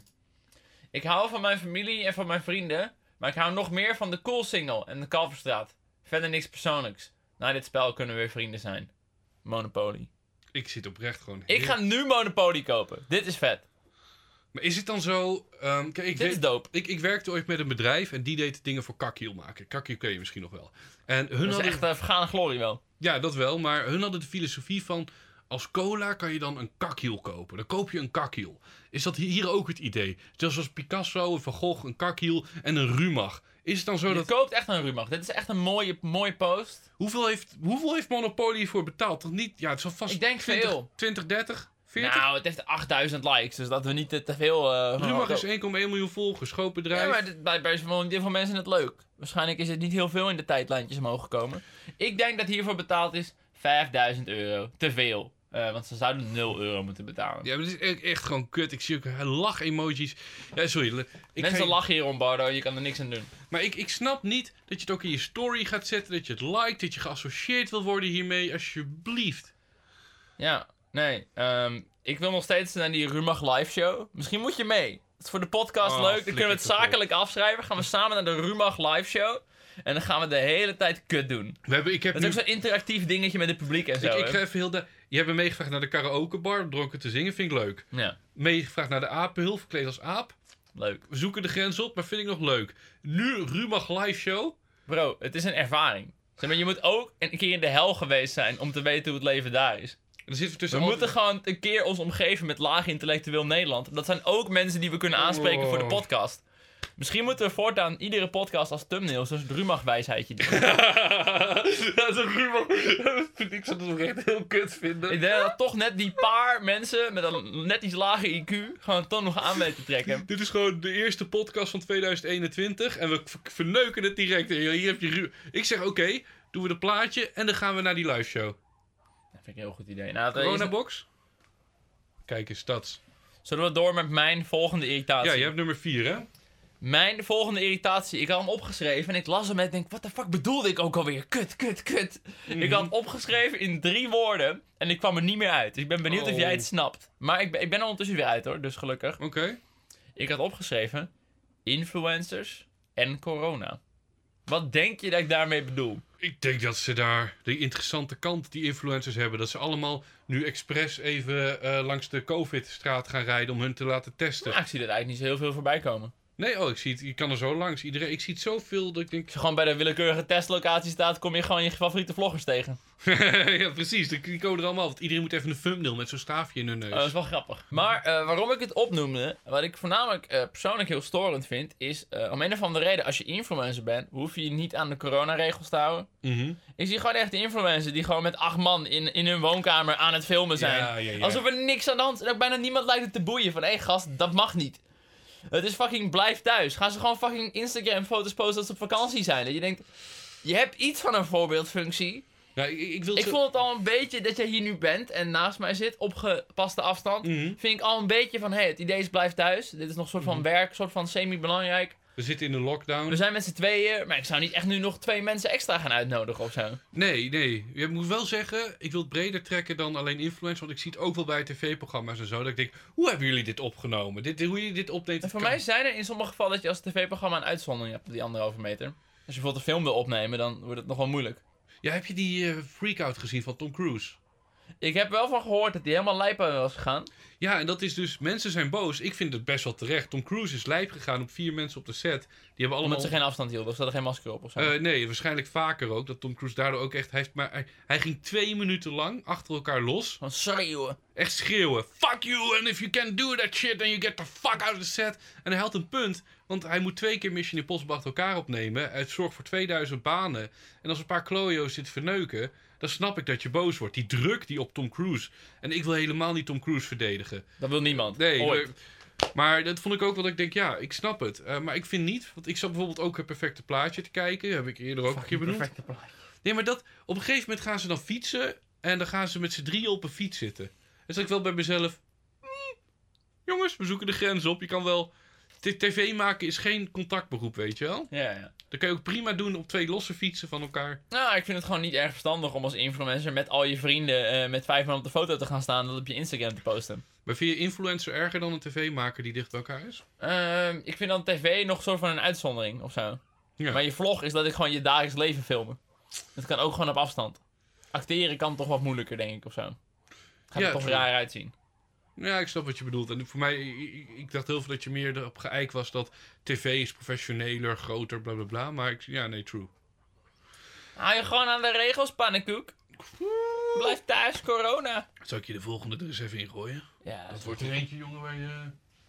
Ik hou van mijn familie en van mijn vrienden. Maar ik hou nog meer van de Cool Single en de Kalverstraat. Verder niks persoonlijks. Na dit spel kunnen we weer vrienden zijn. Monopoly. ik zit oprecht gewoon... Ik heel- ga nu Monopoly kopen. Dit is vet. Maar is het dan zo... ehm, kijk, ik Dit weet- is dope. Ik, ik werkte ooit met een bedrijf en die deed dingen voor Kakkiel maken. Kakkiel ken je misschien nog wel. En hun Dat is hadden... echt uh, vergane glorie wel. Ja, dat wel. Maar hun hadden de filosofie van... Als cola kan je dan een Kakkiel kopen. Dan koop je een Kakkiel. Is dat hier ook het idee? Dus zoals Picasso, een Van Gogh, een Kakkiel en een Rumach. Is het dan zo Je dat... koopt echt een Rumach. Dit is echt een mooie, mooie post. Hoeveel heeft, hoeveel heeft Monopoly hiervoor betaald? Toch niet... Ja, het is al vast... Ik denk twintig, veel. twintig, dertig, veertig? Nou, het heeft achtduizend likes. Dus dat we niet te, te veel... Uh, Rumach is één komma één miljoen volgers. Groot bedrijf. Ja, maar dit- blijkbaar vonden heel veel mensen het leuk. Waarschijnlijk is het niet heel veel in de tijdlijntjes omhoog gekomen. Ik denk dat hiervoor betaald is vijfduizend euro. Te veel. Eh, want ze zouden nul euro moeten betalen. Ja, maar het is echt, echt gewoon kut. Ik zie ook lach-emojis. Ja, sorry. le- Ik Mensen ga- lachen hier om, Bardo. Je kan er niks aan doen. Maar ik, ik snap niet dat je het ook in je story gaat zetten. Dat je het liked. Dat je geassocieerd wil worden hiermee. Alsjeblieft. Ja, nee. ehm, ik wil nog steeds naar die Rumach live show. Misschien moet je mee. Het is voor de podcast Oh, leuk. Dan flikker kunnen we het toch op. zakelijk afschrijven. Gaan we samen naar de Rumach live show. En dan gaan we de hele tijd kut doen. We hebben, ik heb Dat is nu... ook zo'n interactief dingetje met het publiek en zo. Ik, ik hè? ga even heel... De, je hebt me meegevraagd naar de karaokebar. Om dronken te zingen. Vind ik leuk. Ja, Meegevraagd naar de apenhulp. Verkleed als aap. leuk. We zoeken de grens op. Maar vind ik nog leuk. Nu Rumach live show. Bro, het is een ervaring. Zeg maar, je moet ook een keer in de hel geweest zijn om te weten hoe het leven daar is. En dan zitten we tussen... We al- moeten gewoon een keer ons omgeven met laag intellectueel Nederland. Dat zijn ook mensen die we kunnen aanspreken voor de Oh. podcast. Misschien moeten we voortaan iedere podcast als thumbnail zo'n Rumach-wijsheidje doen. Dat is een Rumach. Dat vind ik zo dat we echt heel kut vinden. Ik denk dat toch net die paar mensen met een net iets lager I Q gewoon toch nog aan weten te trekken. Dit is gewoon de eerste podcast van tweeduizend eenentwintig. En we v- verneuken het direct. Hier heb je Ru- Ik zeg oké, doen we de plaatje en dan gaan we naar die live show. Dat vind ik een heel goed idee. Nou, dat is- Coronabox? Kijk eens, dat. Zullen we door met mijn volgende irritatie? Ja, je hebt nummer vier, hè? Mijn volgende irritatie, ik had hem opgeschreven en ik las hem en ik denk, wat de fuck bedoelde ik ook alweer? Kut, kut, kut. Ik had hem opgeschreven in drie woorden en ik kwam er niet meer uit. Dus ik ben benieuwd of Oh. jij het snapt. Maar ik ben, ik ben er ondertussen weer uit hoor, dus gelukkig. Oké. Ik had opgeschreven, influencers en corona. Wat denk je dat ik daarmee bedoel? Ik denk dat ze daar de interessante kant die influencers hebben. Dat ze allemaal nu expres even eh, langs de COVID-straat gaan rijden om hun te laten testen. Nou, ik zie er eigenlijk niet zo heel veel voorbij komen. Nee, oh, ik zie het. Je kan er zo langs. Iedereen, ik zie het zoveel dat ik denk... Als je gewoon bij de willekeurige testlocatie staat, kom je gewoon je favoriete vloggers tegen. Ja, precies. Die die komen er allemaal af. Want iedereen moet even een thumbnail met zo'n staafje in hun neus. Oh, dat is wel grappig. Maar uh, waarom ik het opnoemde, wat ik voornamelijk uh, persoonlijk heel storend vind, is uh, om een of andere reden, als je influencer bent, hoef je je niet aan de coronaregels te houden. Mhm. Ik zie gewoon echt de influencers die gewoon met acht man in, in hun woonkamer aan het filmen zijn. Ja, ja, ja. Alsof er niks aan de hand is. En ook bijna niemand lijkt het te boeien. Van, hé hey, gast, dat mag niet. Het is fucking blijf thuis. Gaan ze gewoon fucking Instagram foto's posten dat ze op vakantie zijn. Dat je denkt, je hebt iets van een voorbeeldfunctie. Ja, ik, ik, wil Ik zo... vond het al een beetje dat jij hier nu bent en naast mij zit op gepaste afstand. Mhm. Vind ik al een beetje van, hé, hey, het idee is blijf thuis. Dit is nog een soort van Mhm. werk, een soort van semi-belangrijk. We zitten in een lockdown. We zijn met z'n tweeën, maar ik zou niet echt nu nog twee mensen extra gaan uitnodigen of zo. Nee, nee. Je moet wel zeggen, ik wil het breder trekken dan alleen influencers. Want ik zie het ook wel bij tv-programma's en zo. Dat ik denk, hoe hebben jullie dit opgenomen? Dit, hoe je dit opneemt. En voor kan- mij zijn er in sommige gevallen dat je als tv-programma een uitzondering hebt op die anderhalve meter. Als je bijvoorbeeld een film wil opnemen, dan wordt het nog wel moeilijk. Ja, heb je die uh, freak-out gezien van Tom Cruise? Ik heb wel van gehoord dat hij helemaal lijp was gegaan. Ja, en dat is dus, mensen zijn boos. Ik vind het best wel terecht. Tom Cruise is lijp gegaan op vier mensen op de set. Die hebben allemaal... Omdat ze geen afstand hielden of ze hadden geen masker op of zo. Uh, nee, waarschijnlijk vaker ook. Dat Tom Cruise daardoor ook echt... Hij, heeft maar, hij, hij ging twee minuten lang achter elkaar los. Van schreeuwen. Echt schreeuwen. Fuck you, and if you can't do that shit, then you get the fuck out of the set. En hij had een punt, want hij moet twee keer Mission Impossible achter elkaar opnemen. Het zorgt voor tweeduizend banen. En als een paar klojo's dit verneuken, dan snap ik dat je boos wordt. Die druk die op Tom Cruise. En ik wil helemaal niet Tom Cruise verdedigen. Dat wil niemand. Nee, Ooit. maar, maar dat vond ik ook wel dat ik denk, ja, ik snap het. Uh, maar ik vind niet, want ik zat bijvoorbeeld ook het perfecte plaatje te kijken. Heb ik eerder ook een keer benoemd. Perfecte plaatje. Nee, maar dat, op een gegeven moment gaan ze dan fietsen. En dan gaan ze met z'n drieën op een fiets zitten. En zat ik wel bij mezelf. "Hmm, jongens, we zoeken de grens op. Je kan wel. t- tv maken is geen contactberoep, weet je wel. Ja, ja. Dat kan je ook prima doen op twee losse fietsen van elkaar. Nou, ik vind het gewoon niet erg verstandig om als influencer met al je vrienden eh, met vijf man op de foto te gaan staan en dat op je Instagram te posten. Maar vind je influencer erger dan een tv-maker die dicht bij elkaar is? Ehm, ik vind dan tv nog een soort van een uitzondering of zo. Ja. Maar je vlog is dat ik gewoon je dagelijks leven filmen. Dat kan ook gewoon op afstand. Acteren kan toch wat moeilijker, denk ik, of zo. Gaat Ja, er toch true. raar uitzien. Ja, ik snap wat je bedoelt. En voor mij, ik, ik dacht heel veel dat je meer erop geëikt was dat tv is professioneler, groter, bla bla bla. Maar ik, ja, nee, true. Hou je gewoon aan de regels, pannenkoek. Blijf thuis, corona. Zal ik je de volgende er eens even in gooien? Ja, Dat wordt er eentje, jongen, waar je...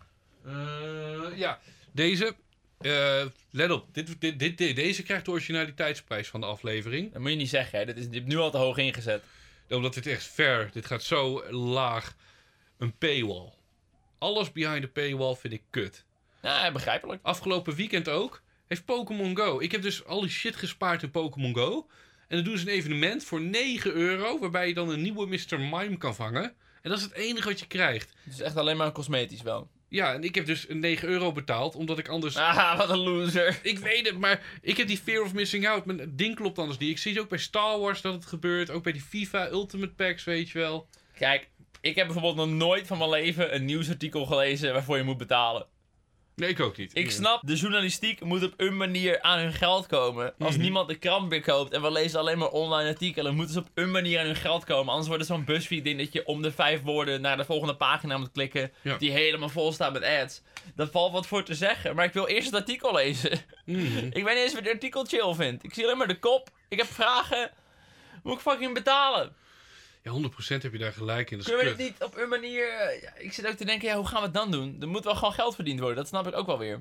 Eh, ja, deze. Eh, let op, dit, dit, dit, dit- deze krijgt de originaliteitsprijs van de aflevering. dat moet je niet zeggen, hè. Dit is, dit is nu al te hoog ingezet. Omdat dit echt ver, dit gaat zo laag. Een paywall. Alles behind the paywall vind ik kut. Ja, begrijpelijk. Afgelopen weekend ook, heeft Pokémon Go. Ik heb dus al die shit gespaard in Pokémon Go. En dan doen ze een evenement voor negen euro, waarbij je dan een nieuwe mister Mime kan vangen. En dat is het enige wat je krijgt. Het is echt alleen maar cosmetisch wel. Ja, en ik heb dus een negen euro betaald, omdat ik anders... Ah, wat een loser. Ik weet het, maar ik heb die fear of missing out. Mijn ding klopt anders niet. Ik zie het ook bij Star Wars dat het gebeurt. Ook bij die FIFA Ultimate Packs, weet je wel. Kijk, ik heb bijvoorbeeld nog nooit van mijn leven een nieuwsartikel gelezen waarvoor je moet betalen. Nee, ik ook niet. Ik snap, de journalistiek moet op een manier aan hun geld komen. Als Mhm. niemand de krant meer koopt en we lezen alleen maar online artikelen, moeten ze op een manier aan hun geld komen. Anders wordt het zo'n BuzzFeed-ding dat je om de vijf woorden naar de volgende pagina moet klikken, Ja. die helemaal vol staat met ads. Daar valt wat voor te zeggen, maar ik wil eerst het artikel lezen. Mhm. Ik weet niet eens wat het artikel chill vind. Ik zie alleen maar de kop, ik heb vragen. Moet ik fucking betalen? Ja, honderd procent heb je daar gelijk in. Dat is Kunnen we kut. dit niet op een manier... eh, Ja, ik zit ook te denken, ja, hoe gaan we het dan doen? Er moet wel gewoon geld verdiend worden, dat snap ik ook wel weer.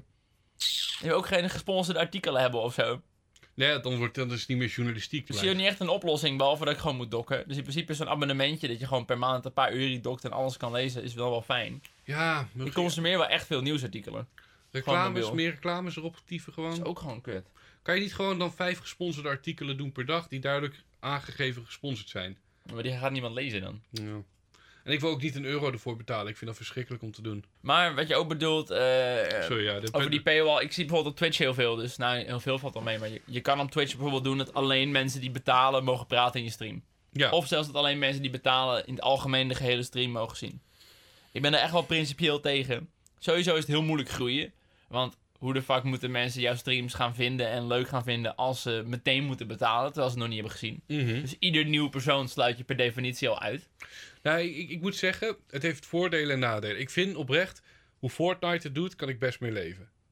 Je wil ook geen gesponsorde artikelen hebben of zo. Nee, dan, wordt, dan is het niet meer journalistiek. Ik zie ook niet echt een oplossing, behalve dat ik gewoon moet dokken. Dus in principe is zo'n abonnementje dat je gewoon per maand een paar uur dokt en alles kan lezen, is wel wel fijn. Ja, maar Ik consumeer wel echt veel nieuwsartikelen. reclames, mobiel. meer reclames erop typen Dat gewoon. is ook gewoon kut. Kan je niet gewoon dan vijf gesponsorde artikelen doen per dag die duidelijk aangegeven gesponsord zijn? Maar die gaat niemand lezen dan. Ja. En ik wil ook niet een euro ervoor betalen. Ik vind dat verschrikkelijk om te doen. Maar wat je ook bedoelt, eh, eh, Sorry, ja. dit- over die paywall, ik zie bijvoorbeeld op Twitch heel veel, dus nou, heel veel valt al mee, maar je, je kan op Twitch bijvoorbeeld doen dat alleen mensen die betalen mogen praten in je stream. Ja. Of zelfs dat alleen mensen die betalen in het algemeen de gehele stream mogen zien. Ik ben er echt wel principieel tegen. Sowieso is het heel moeilijk groeien, want hoe de fuck moeten mensen jouw streams gaan vinden en leuk gaan vinden als ze meteen moeten betalen, terwijl ze het nog niet hebben gezien. Mhm. Dus ieder nieuwe persoon sluit je per definitie al uit. Nou, ik, ik moet zeggen, het heeft voordelen en nadelen. Ik vind oprecht, hoe Fortnite het doet, kan ik best mee leven.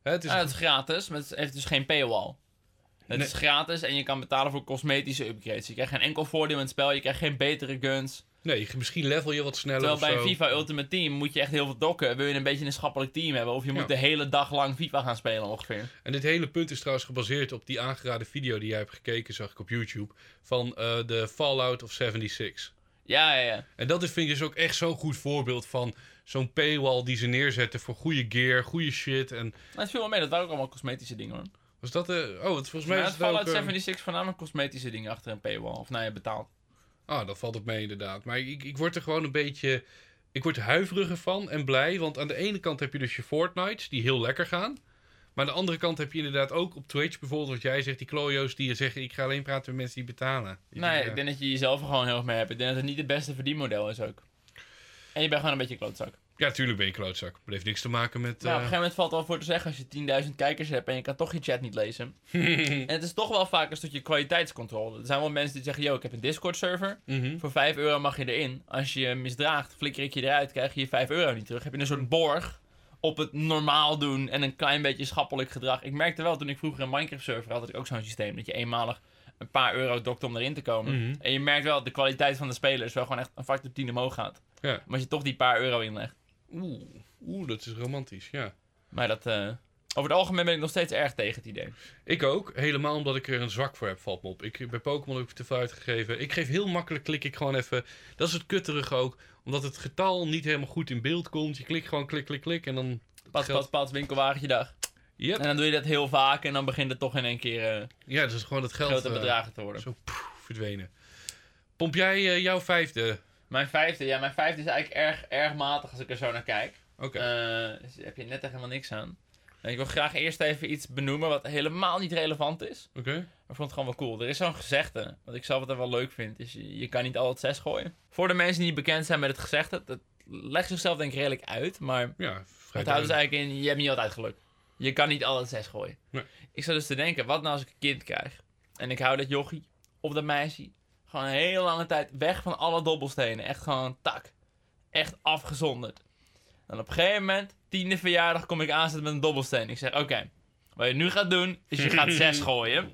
Hè, het is Ah, het is gratis, maar het heeft dus geen paywall. Het Nee. is gratis en je kan betalen voor cosmetische upgrades. Je krijgt geen enkel voordeel in het spel, je krijgt geen betere guns. Nee, misschien level je wat sneller Terwijl of bij zo. een FIFA Ultimate Team moet je echt heel veel dokken. Wil je een beetje een schappelijk team hebben, of je moet Ja. de hele dag lang FIFA gaan spelen ongeveer. En dit hele punt is trouwens gebaseerd op die aangeraden video die jij hebt gekeken, zag ik op YouTube, van eh, de Fallout of zevenenzeventig. Ja, ja, ja. En dat is, vind ik dus ook echt zo'n goed voorbeeld van zo'n paywall die ze neerzetten voor goede gear, goede shit. En Maar het viel wel mee, dat waren ook allemaal cosmetische dingen hoor. was dat de... Oh, het, volgens mij Maar is het het ook... Fallout eh, zevenenzeventig voornamelijk cosmetische dingen achter een paywall. Of nou, je betaalt. Ah, dat valt op mee inderdaad. Maar ik, ik word er gewoon een beetje... Ik word er huiveriger van en blij. Want aan de ene kant heb je dus je Fortnites die heel lekker gaan. Maar aan de andere kant heb je inderdaad ook op Twitch bijvoorbeeld, wat jij zegt, die klojo's die je zeggen, ik ga alleen praten met mensen die betalen. Die Nee, zeggen, ik denk dat je jezelf er gewoon heel erg mee hebt. Ik denk dat het niet het beste verdienmodel is ook. En je bent gewoon een beetje een klootzak. Ja, tuurlijk ben je klootzak. Maar dat heeft niks te maken met... Maar op een eh, gegeven moment valt het wel voor te zeggen als je tienduizend kijkers hebt en je kan toch je chat niet lezen. En het is toch wel vaak een stukje kwaliteitscontrole. Er zijn wel mensen die zeggen, yo, ik heb een Discord server. mhm. Voor vijf euro mag je erin. Als je je misdraagt, flikker ik je eruit, krijg je je vijf euro niet terug. Heb je een soort borg op het normaal doen en een klein beetje schappelijk gedrag. Ik merkte wel toen ik vroeger een Minecraft server had, had ik ook zo'n systeem. Dat je eenmalig een paar euro dokte om erin te komen. Mhm. En je merkt wel dat de kwaliteit van de spelers wel gewoon echt een factor tien omhoog gaat. Ja. Maar als je toch die paar euro inlegt. Oeh, oeh, dat is romantisch, ja. Maar dat, eh, over het algemeen ben ik nog steeds erg tegen het idee. Ik ook, helemaal omdat ik er een zwak voor heb, valt me op. Ik, bij Pokémon heb ik te veel uitgegeven. Ik geef heel makkelijk, klik ik gewoon even. Dat is het kutterige ook, omdat het getal niet helemaal goed in beeld komt. Je klikt gewoon klik, klik, klik en dan... Pas, geld- pas, pas, winkelwagentje dag. Yep. En dan doe je dat heel vaak en dan begint het toch in één keer eh, Ja, dat is gewoon het geld grote eh, bedragen te worden. zo poef, verdwenen. Pomp jij eh, jouw vijfde? Mijn vijfde, ja, mijn vijfde is eigenlijk erg, erg matig als ik er zo naar kijk. Oké. Eh, dus heb je net echt helemaal niks aan. En ik wil graag eerst even iets benoemen wat helemaal niet relevant is. Oké. Maar ik vond het gewoon wel cool. Er is zo'n gezegde, wat ik zelf altijd wel leuk vind, is je, je kan niet altijd zes gooien. Voor de mensen die niet bekend zijn met het gezegde, dat legt zichzelf denk ik redelijk uit, maar Ja, vrij het houdt dus duidelijk. eigenlijk in, je hebt niet altijd geluk. Je kan niet altijd zes gooien. Nee. Ik zat dus te denken, wat nou als ik een kind krijg? En ik hou dat jochie of dat meisje gewoon een hele lange tijd weg van alle dobbelstenen. Echt gewoon tak. Echt afgezonderd. En op een gegeven moment, tiende verjaardag, kom ik aanzetten met een dobbelsteen. Ik zeg, oké, wat je nu gaat doen, is je gaat zes gooien.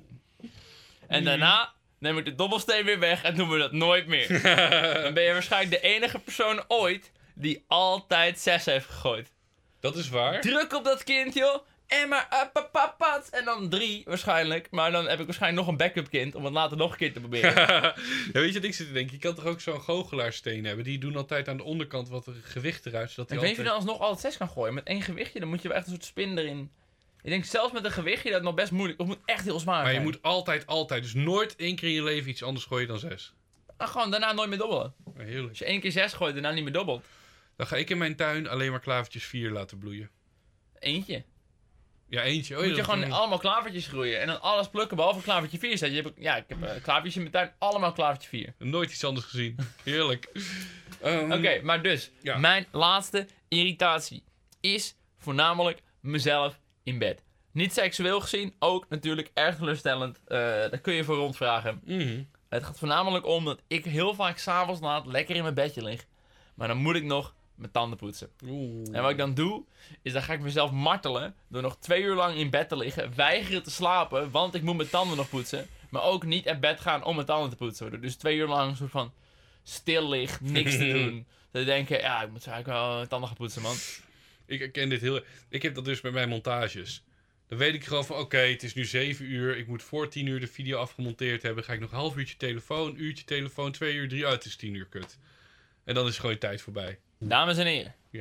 En daarna neem ik de dobbelsteen weer weg en doen we dat nooit meer. Dan ben je waarschijnlijk de enige persoon ooit die altijd zes heeft gegooid. Dat is waar. Druk op dat kind, joh. En maar apapapat. En dan drie waarschijnlijk. Maar dan heb ik waarschijnlijk nog een backup kind om het later nog een keer te proberen. Ja, weet je wat ik zit te denken? Je kan toch ook zo'n goochelaarssteen hebben? Die doen altijd aan de onderkant wat gewicht eruit, zodat Ik die weet niet of je dan alsnog altijd zes kan gooien. Met één gewichtje, dan moet je wel echt een soort spin erin. Ik denk zelfs met een gewichtje dat het nog best moeilijk. Of het moet echt heel zwaar Maar je zijn. moet altijd, altijd, dus nooit één keer in je leven iets anders gooien dan zes. Ah, gewoon daarna nooit meer dobbelen. Maar heerlijk. Als je één keer zes gooit, daarna niet meer dobbelt. Dan ga ik in mijn tuin alleen maar klavertjes vier laten bloeien. Eentje. Ja, eentje. Oh, moet ja, je dat gewoon is- allemaal klavertjes groeien. En dan alles plukken behalve klavertje vier. Zet. Je hebt, ja, ik heb uh, klavertjes in mijn tuin. Allemaal klavertje vier. Nooit iets anders gezien. Heerlijk. Ehm, Oké, maar dus. Ja. Mijn laatste irritatie is voornamelijk mezelf in bed. Niet seksueel gezien, ook natuurlijk erg teleurstellend. Uh, daar kun je voor rondvragen. mhm. Het gaat voornamelijk om dat ik heel vaak s'avonds laat lekker in mijn bedje lig. Maar dan moet ik nog mijn tanden poetsen. Oeh. En wat ik dan doe, is dan ga ik mezelf martelen door nog twee uur lang in bed te liggen, weigeren te slapen, want ik moet mijn tanden nog poetsen. Maar ook niet uit bed gaan om mijn tanden te poetsen. Waardoor dus twee uur lang een soort van stil ligt, niks te doen. Dat ik denk, ja, ik moet zo eigenlijk wel mijn tanden gaan poetsen, man. Ik herken dit heel... Ik heb dat dus met mijn montages. Dan weet ik gewoon van, oké, het is nu zeven uur. Ik moet voor tien uur de video afgemonteerd hebben. Ga ik nog een half uurtje telefoon, uurtje telefoon, twee uur, drie uur. Het is tien uur, kut. En dan is gewoon je tijd voorbij. Dames en heren, Ja?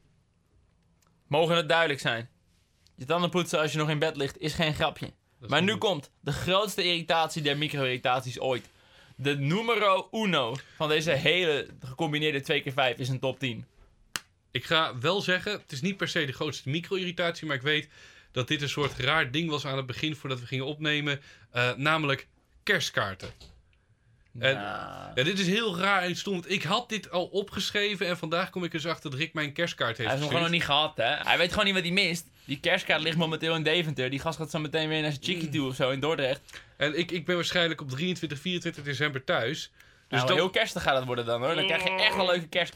mogen het duidelijk zijn. Je tanden poetsen als je nog in bed ligt is geen grapje. Dat is Maar nu goed. komt de grootste irritatie der micro-irritaties ooit. De numero uno van deze hele gecombineerde twee keer vijf is een top tien. Ik ga wel zeggen, het is niet per se de grootste micro-irritatie, maar ik weet dat dit een soort raar ding was aan het begin voordat we gingen opnemen. Uh, namelijk kerstkaarten. En- Nou, Ja, dit is heel raar en stom. want Ik had dit al opgeschreven en vandaag kom ik eens achter dat Rick mijn kerstkaart heeft hij heeft hem gewoon nog gestuurd. niet gehad, hè? Hij weet gewoon niet wat hij mist. Die kerstkaart ligt momenteel in Deventer. Die gast gaat zo meteen weer naar zijn chickie toe of zo in Dordrecht. En ik, ik ben waarschijnlijk op drieëntwintig, vierentwintig december thuis. Dus Dus dan, heel kerstig gaat het worden dan, hoor. Dan krijg je echt een leuke kerstkaart.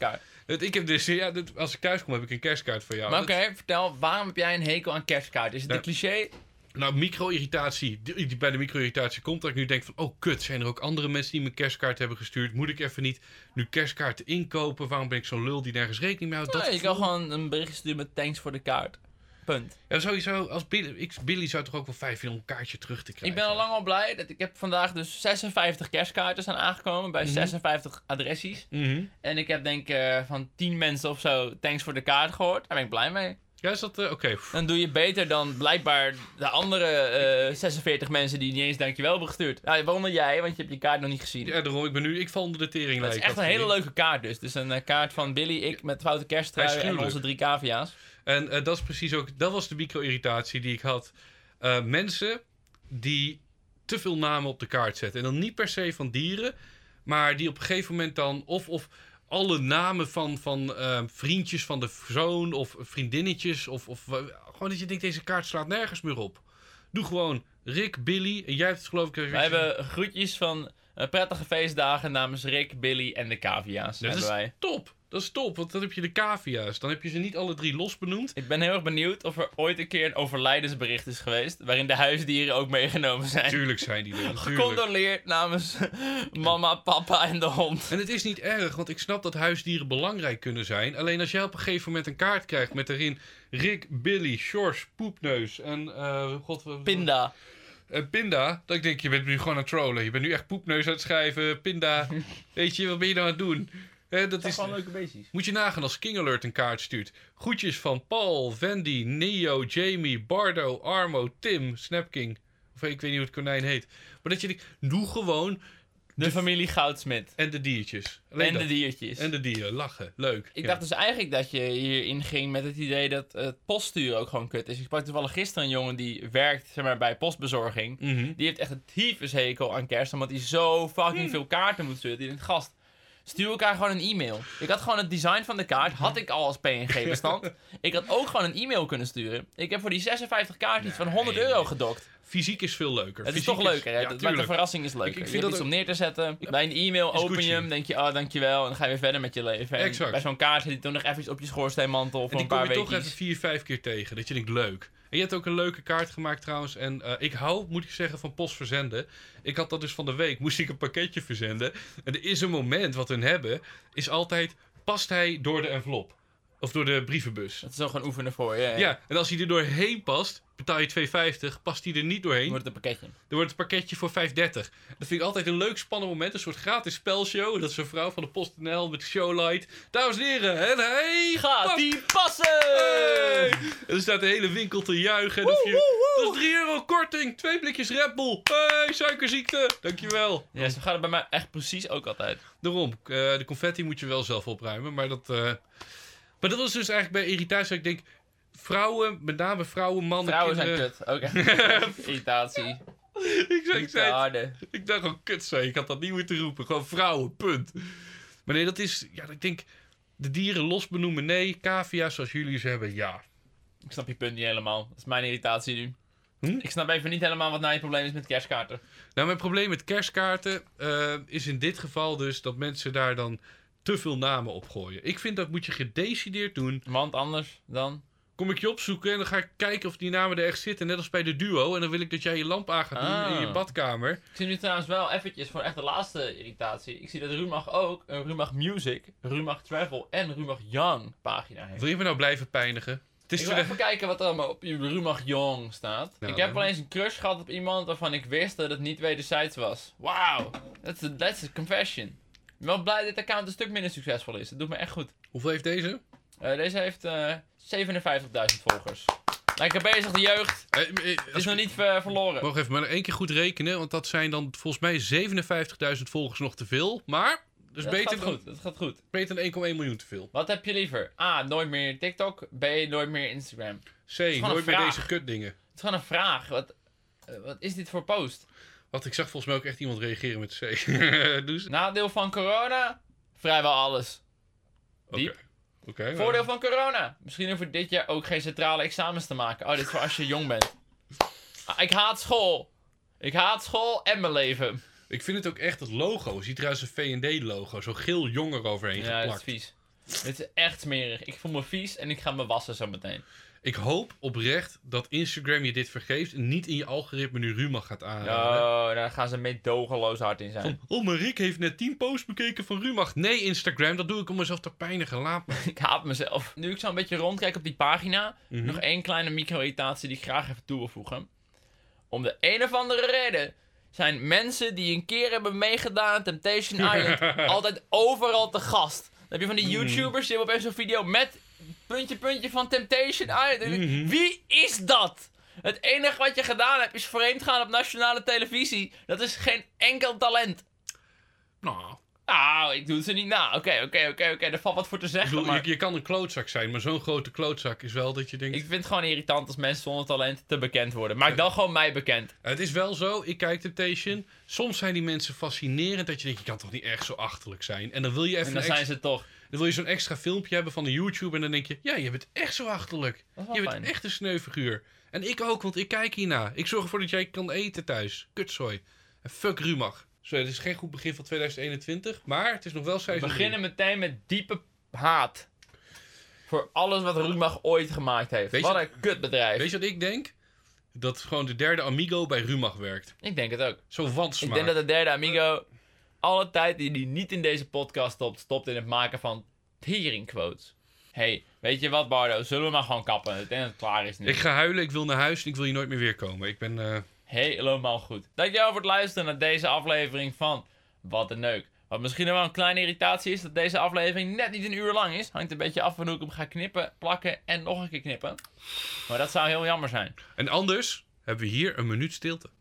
Het, ik heb dus, ja, dit, als ik thuis kom heb ik een kerstkaart voor jou. Maar oké, Dat- vertel, waarom heb jij een hekel aan kerstkaarten? Is het Ja. de cliché? Nou, micro-irritatie. Die, die bij de micro-irritatie komt dat ik nu denk van... Oh, kut, zijn er ook andere mensen die me kerstkaart hebben gestuurd? Moet ik even niet nu kerstkaarten inkopen? Waarom ben ik zo'n lul die nergens rekening mee houdt? Nee, Dat je kan gevoel. gewoon een berichtje sturen met thanks voor de kaart. Punt. Ja, sowieso, als Billy, ik, Billy zou toch ook wel fijn vinden om een kaartje terug te krijgen? Ik ben al lang al blij dat ik heb vandaag dus zesenvijftig kerstkaarten zijn aangekomen bij Mhm. zesenvijftig adressies. Mhm. En ik heb denk ik uh, van tien mensen of zo thanks voor de kaart gehoord. Daar ben ik blij mee. Ja, is dat... uh, Oké. Okay. Dan doe je beter dan blijkbaar de andere uh, zesenveertig mensen die niet eens dankjewel hebben gestuurd. Nou, waaronder jij, want je hebt je kaart nog niet gezien. Ja, daarom, ik ben nu... Ik val onder de tering. Dat is echt een hele leuke kaart dus. Dus een uh, kaart van Billy, ik met foute kersttrui Hij is en gruwelijk. onze drie cavia's. En uh, dat is precies ook... Dat was de micro-irritatie die ik had. Uh, mensen die te veel namen op de kaart zetten. En dan niet per se van dieren, maar die op een gegeven moment dan... Of, of alle namen van, van uh, vriendjes van de zoon of vriendinnetjes. Of, of uh, gewoon dat je denkt, deze kaart slaat nergens meer op. Doe gewoon Rick, Billy. En jij hebt het geloof ik... Wij hebben groetjes van uh, prettige feestdagen namens Rick, Billy en de cavia's. Dat hebben is wij. top. Dat is top, want dan heb je de cavia's. Dan heb je ze niet alle drie los benoemd. Ik ben heel erg benieuwd of er ooit een keer een overlijdensbericht is geweest. Waarin de huisdieren ook meegenomen zijn. Tuurlijk zijn die er. Natuurlijk. Gecondoleerd namens mama, papa en de hond. En het is niet erg, want ik snap dat huisdieren belangrijk kunnen zijn. Alleen als jij op een gegeven moment een kaart krijgt met erin Rick, Billy, Sjors, Poepneus en uh, god, wat- Pinda. uh, Pinda. Dat ik denk, je bent nu gewoon aan het trollen. Je bent nu echt Poepneus aan het schrijven. Pinda. Weet je, wat ben je nou aan het doen? Hè, dat is, leuke beestjes. moet je nagaan als King Alert een kaart stuurt. Groetjes van Paul, Wendy, Neo, Jamie, Bardo, Armo, Tim, Snapking. Of ik weet niet hoe het konijn heet. Maar dat je denkt, doe gewoon... De familie Goudsmit. En de diertjes. Alleen En de dat. diertjes. En de dieren, lachen, leuk. Ik Ja. dacht dus eigenlijk dat je hierin ging met het idee dat het poststuren ook gewoon kut is. Ik sprak toevallig gisteren een jongen die werkt zeg maar, bij postbezorging. Mhm. Die heeft echt een tyfushekel aan kerst, omdat hij zo fucking Hmm. veel kaarten moet sturen. Die denkt, gast, stuur elkaar gewoon een e-mail. Ik had gewoon het design van de kaart, had ik al als P N G-bestand. Ik had ook gewoon een e-mail kunnen sturen. Ik heb voor die zesenvijftig kaartjes van honderd euro gedokt. Fysiek is veel leuker. Het is Fysiek toch leuker, hè? Ja, Het maakt tuurlijk. een verrassing is leuker. Ik- ik je vind hebt dat iets ook- om neer te zetten. Bij een e-mail Is open je Gucci. hem, denk je, oh dankjewel. En dan ga je weer verder met je leven. En Exact. bij zo'n kaart zit je toch nog even iets op je schoorsteenmantel voor En die een kom paar je toch weken. even vier, vijf keer tegen. Dat je denkt, leuk. En je hebt ook een leuke kaart gemaakt trouwens. En uh, ik hou, moet ik zeggen, van post verzenden. Ik had dat dus van de week. Moest ik een pakketje verzenden. En er is een moment wat hun hebben. Is altijd, past hij door de envelop? Of door de brievenbus? Dat is ook gewoon oefenen voor je. Ja, en als hij er doorheen past, betaal je twee vijftig. Past hij er niet doorheen, Dan wordt het een pakketje. dan wordt het pakketje voor vijf dertig. Dat vind ik altijd een leuk spannend moment. Een soort gratis spelshow. Dat is een vrouw van de PostNL met Showlight. Dames en heren, en hij Gaat past. die passen! Hey! En dan staat de hele winkel te juichen. En of je, dat is drie euro korting. Twee blikjes Red Bull. Hey, suikerziekte. Dankjewel. Ja, zo gaat het bij mij echt precies ook altijd. Daarom, uh, de confetti moet je wel zelf opruimen. Maar dat, uh... maar dat was dus eigenlijk bij irritatie. Dat ik denk, vrouwen, met name vrouwen, mannen, Vrouwen zijn kinderen... kut. Ook echt irritatie. ik, zei, ik, Niet zei het. harde. Ik dacht gewoon kut zei. Ik had dat niet moeten roepen. Gewoon vrouwen, punt. Maar nee, dat is... Ja, ik denk... De dieren los benoemen, nee. Cavia's zoals jullie ze hebben, ja. Ik snap je punt niet helemaal. Dat is mijn irritatie nu. Hm? Ik snap even niet helemaal wat nou je probleem is met kerstkaarten. Nou, mijn probleem met kerstkaarten uh, is in dit geval dus dat mensen daar dan te veel namen op gooien. Ik vind dat moet je gedecideerd doen. Want anders dan... Kom ik je opzoeken en dan ga ik kijken of die namen er echt zitten. Net als bij de duo. En dan wil ik dat jij je lamp aan gaat doen Ah. in je badkamer. Ik zie nu trouwens wel eventjes voor echt de laatste irritatie. Ik zie dat Rumach ook een Rumach Music, Rumach Travel en Rumach Young pagina heeft. Wil je me nou blijven pijnigen? Het is Ik wil te- even kijken wat er allemaal op je Rumach Young staat. Nou, ik heb dan. wel eens een crush gehad op iemand waarvan ik wist dat het niet wederzijds was. Wauw, that's a, that's a confession. Ik ben wel blij dat dit account een stuk minder succesvol is. Dat doet me echt goed. Hoeveel heeft deze? Uh, deze heeft uh, zevenenvijftigduizend volgers. Lekker bezig, de jeugd. Eh, eh, Het als is nog niet uh, verloren. Mogen even maar één keer goed rekenen, want dat zijn dan volgens mij zevenenvijftigduizend volgers nog te veel. Maar, dus dat beter gaat dan, goed, dat gaat goed. beter dan één komma één miljoen te veel. Wat heb je liever? A, nooit meer TikTok. B, nooit meer Instagram. C, gewoon nooit een meer vraag. deze kutdingen. Het is gewoon een vraag. Wat, uh, wat is dit voor post? Want ik zag volgens mij ook echt iemand reageren met C. dus, Nadeel van corona? Vrijwel alles. Diep. Oké. Oké, Voordeel van corona? Misschien hoeven we dit jaar ook geen centrale examens te maken. Oh, dit is voor als je jong bent. Ah, ik haat school. Ik haat school en mijn leven. Ik vind het ook echt, het logo. Ziet eruit als een V en D-logo. Zo geel jong eroverheen Ja, dat is geplakt. vies. Dit is echt smerig. Ik voel me vies en ik ga me wassen zo meteen. Ik hoop oprecht dat Instagram je dit vergeeft en niet in je algoritme nu Rumach gaat aanraden. Oh, daar gaan ze meedogenloos hard in zijn. Van, oh, maar Rick heeft net tien posts bekeken van Rumach. Nee, Instagram, dat doe ik om mezelf te pijnigen. Laat me. Ik haat mezelf. Nu ik zo een beetje rondkijk op die pagina, Mhm. nog één kleine micro-irritatie die ik graag even toe wil voegen. Om de een of andere reden zijn mensen die een keer hebben meegedaan aan Temptation Island altijd overal te gast. Dan heb je van die YouTubers die hebben opeens zo'n video met puntje puntje van Temptation Island. En ik denk, Mhm. wie is dat? Het enige wat je gedaan hebt is vreemd gaan op nationale televisie. Dat is geen enkel talent. Nou, Nou, ik doe het ze niet na. Oké, oké, oké, oké. Daar valt wat voor te ik zeggen. bedoel, maar je, je kan een klootzak zijn, maar zo'n grote klootzak is wel dat je denkt... ik vind het gewoon irritant als mensen zonder talent te bekend worden. Maak dan gewoon mij bekend. Het is wel zo, ik kijk Temptation. Soms zijn die mensen fascinerend dat je denkt, je kan toch niet echt zo achterlijk zijn. En dan wil je even En dan een zijn extra, ze toch. dan wil je zo'n extra filmpje hebben van de YouTube en dan denk je, ja, je bent echt zo achterlijk. Dat is wel Je bent fijn. echt een sneuviguur. En ik ook, want ik kijk hierna. Ik zorg ervoor dat jij kan eten thuis. Kutzooi. En fuck Rumach. Sorry, het is geen goed begin van tweeduizend eenentwintig, maar het is nog wel We seizoen beginnen meteen met diepe haat. Voor alles wat Rumach ooit gemaakt heeft. Weet je- Wat een kutbedrijf. Weet je wat ik denk? Dat gewoon de derde Amigo bij Rumach werkt. Ik denk het ook. Zo wansmaak. Ik denk dat de derde Amigo alle tijd die hij niet in deze podcast stopt, stopt in het maken van teringquotes. Hey, weet je wat Bardo, zullen we maar gewoon kappen? Ik denk dat het klaar is nu. Ik ga huilen, ik wil naar huis en ik wil hier nooit meer weer komen. Ik ben... eh, Helemaal goed. Dankjewel voor het luisteren naar deze aflevering van Wat een Neuk. Wat misschien nog wel een kleine irritatie is dat deze aflevering net niet een uur lang is. Hangt een beetje af van hoe ik hem ga knippen, plakken en nog een keer knippen. Maar dat zou heel jammer zijn. En anders hebben we hier een minuut stilte.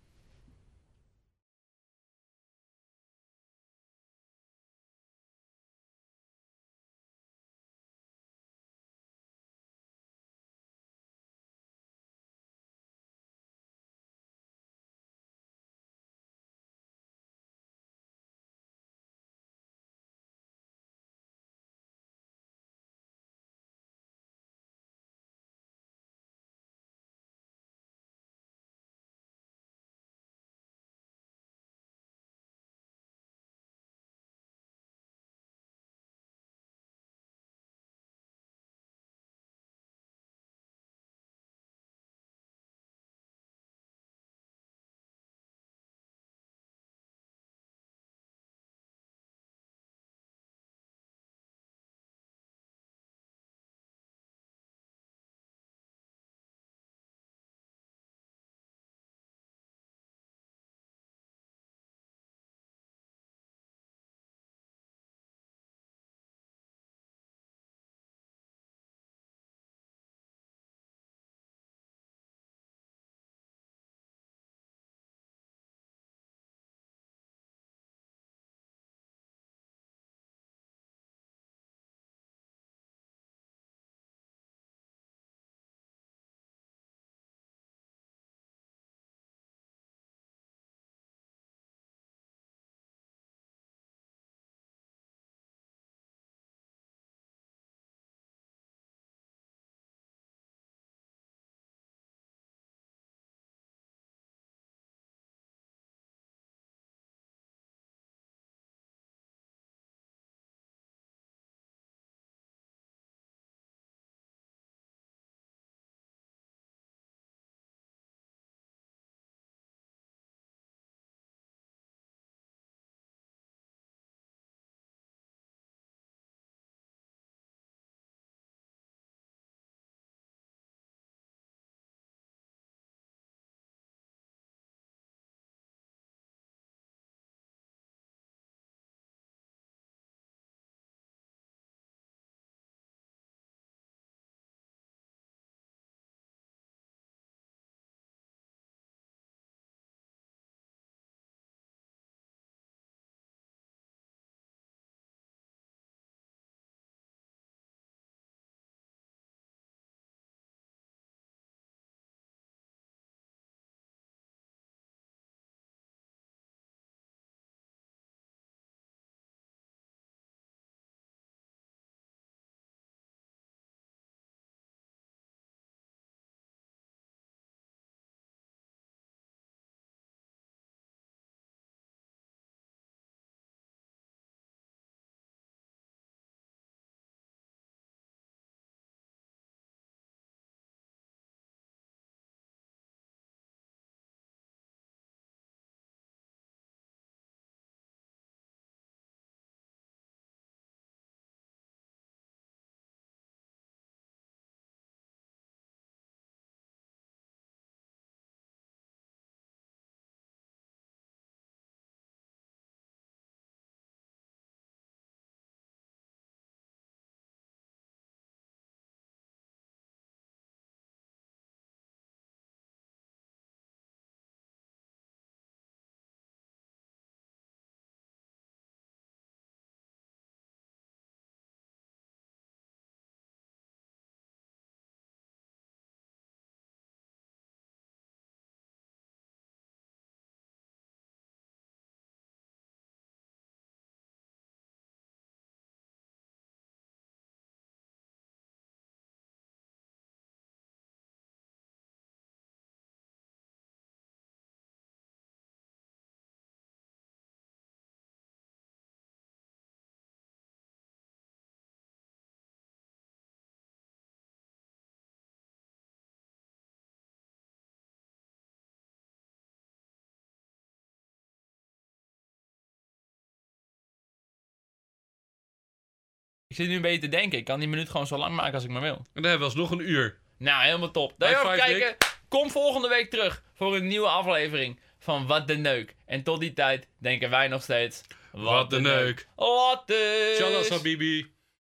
zit nu een beetje te denken. Ik kan die minuut gewoon zo lang maken als ik maar wil. En dan hebben we alsnog een uur. Nou, helemaal top. Dankjewel voor High het five, kijken. Kom volgende week terug voor een nieuwe aflevering van Wat de Neuk. En tot die tijd denken wij nog steeds... Wat de neuk. Wat de... Shalom Habibi.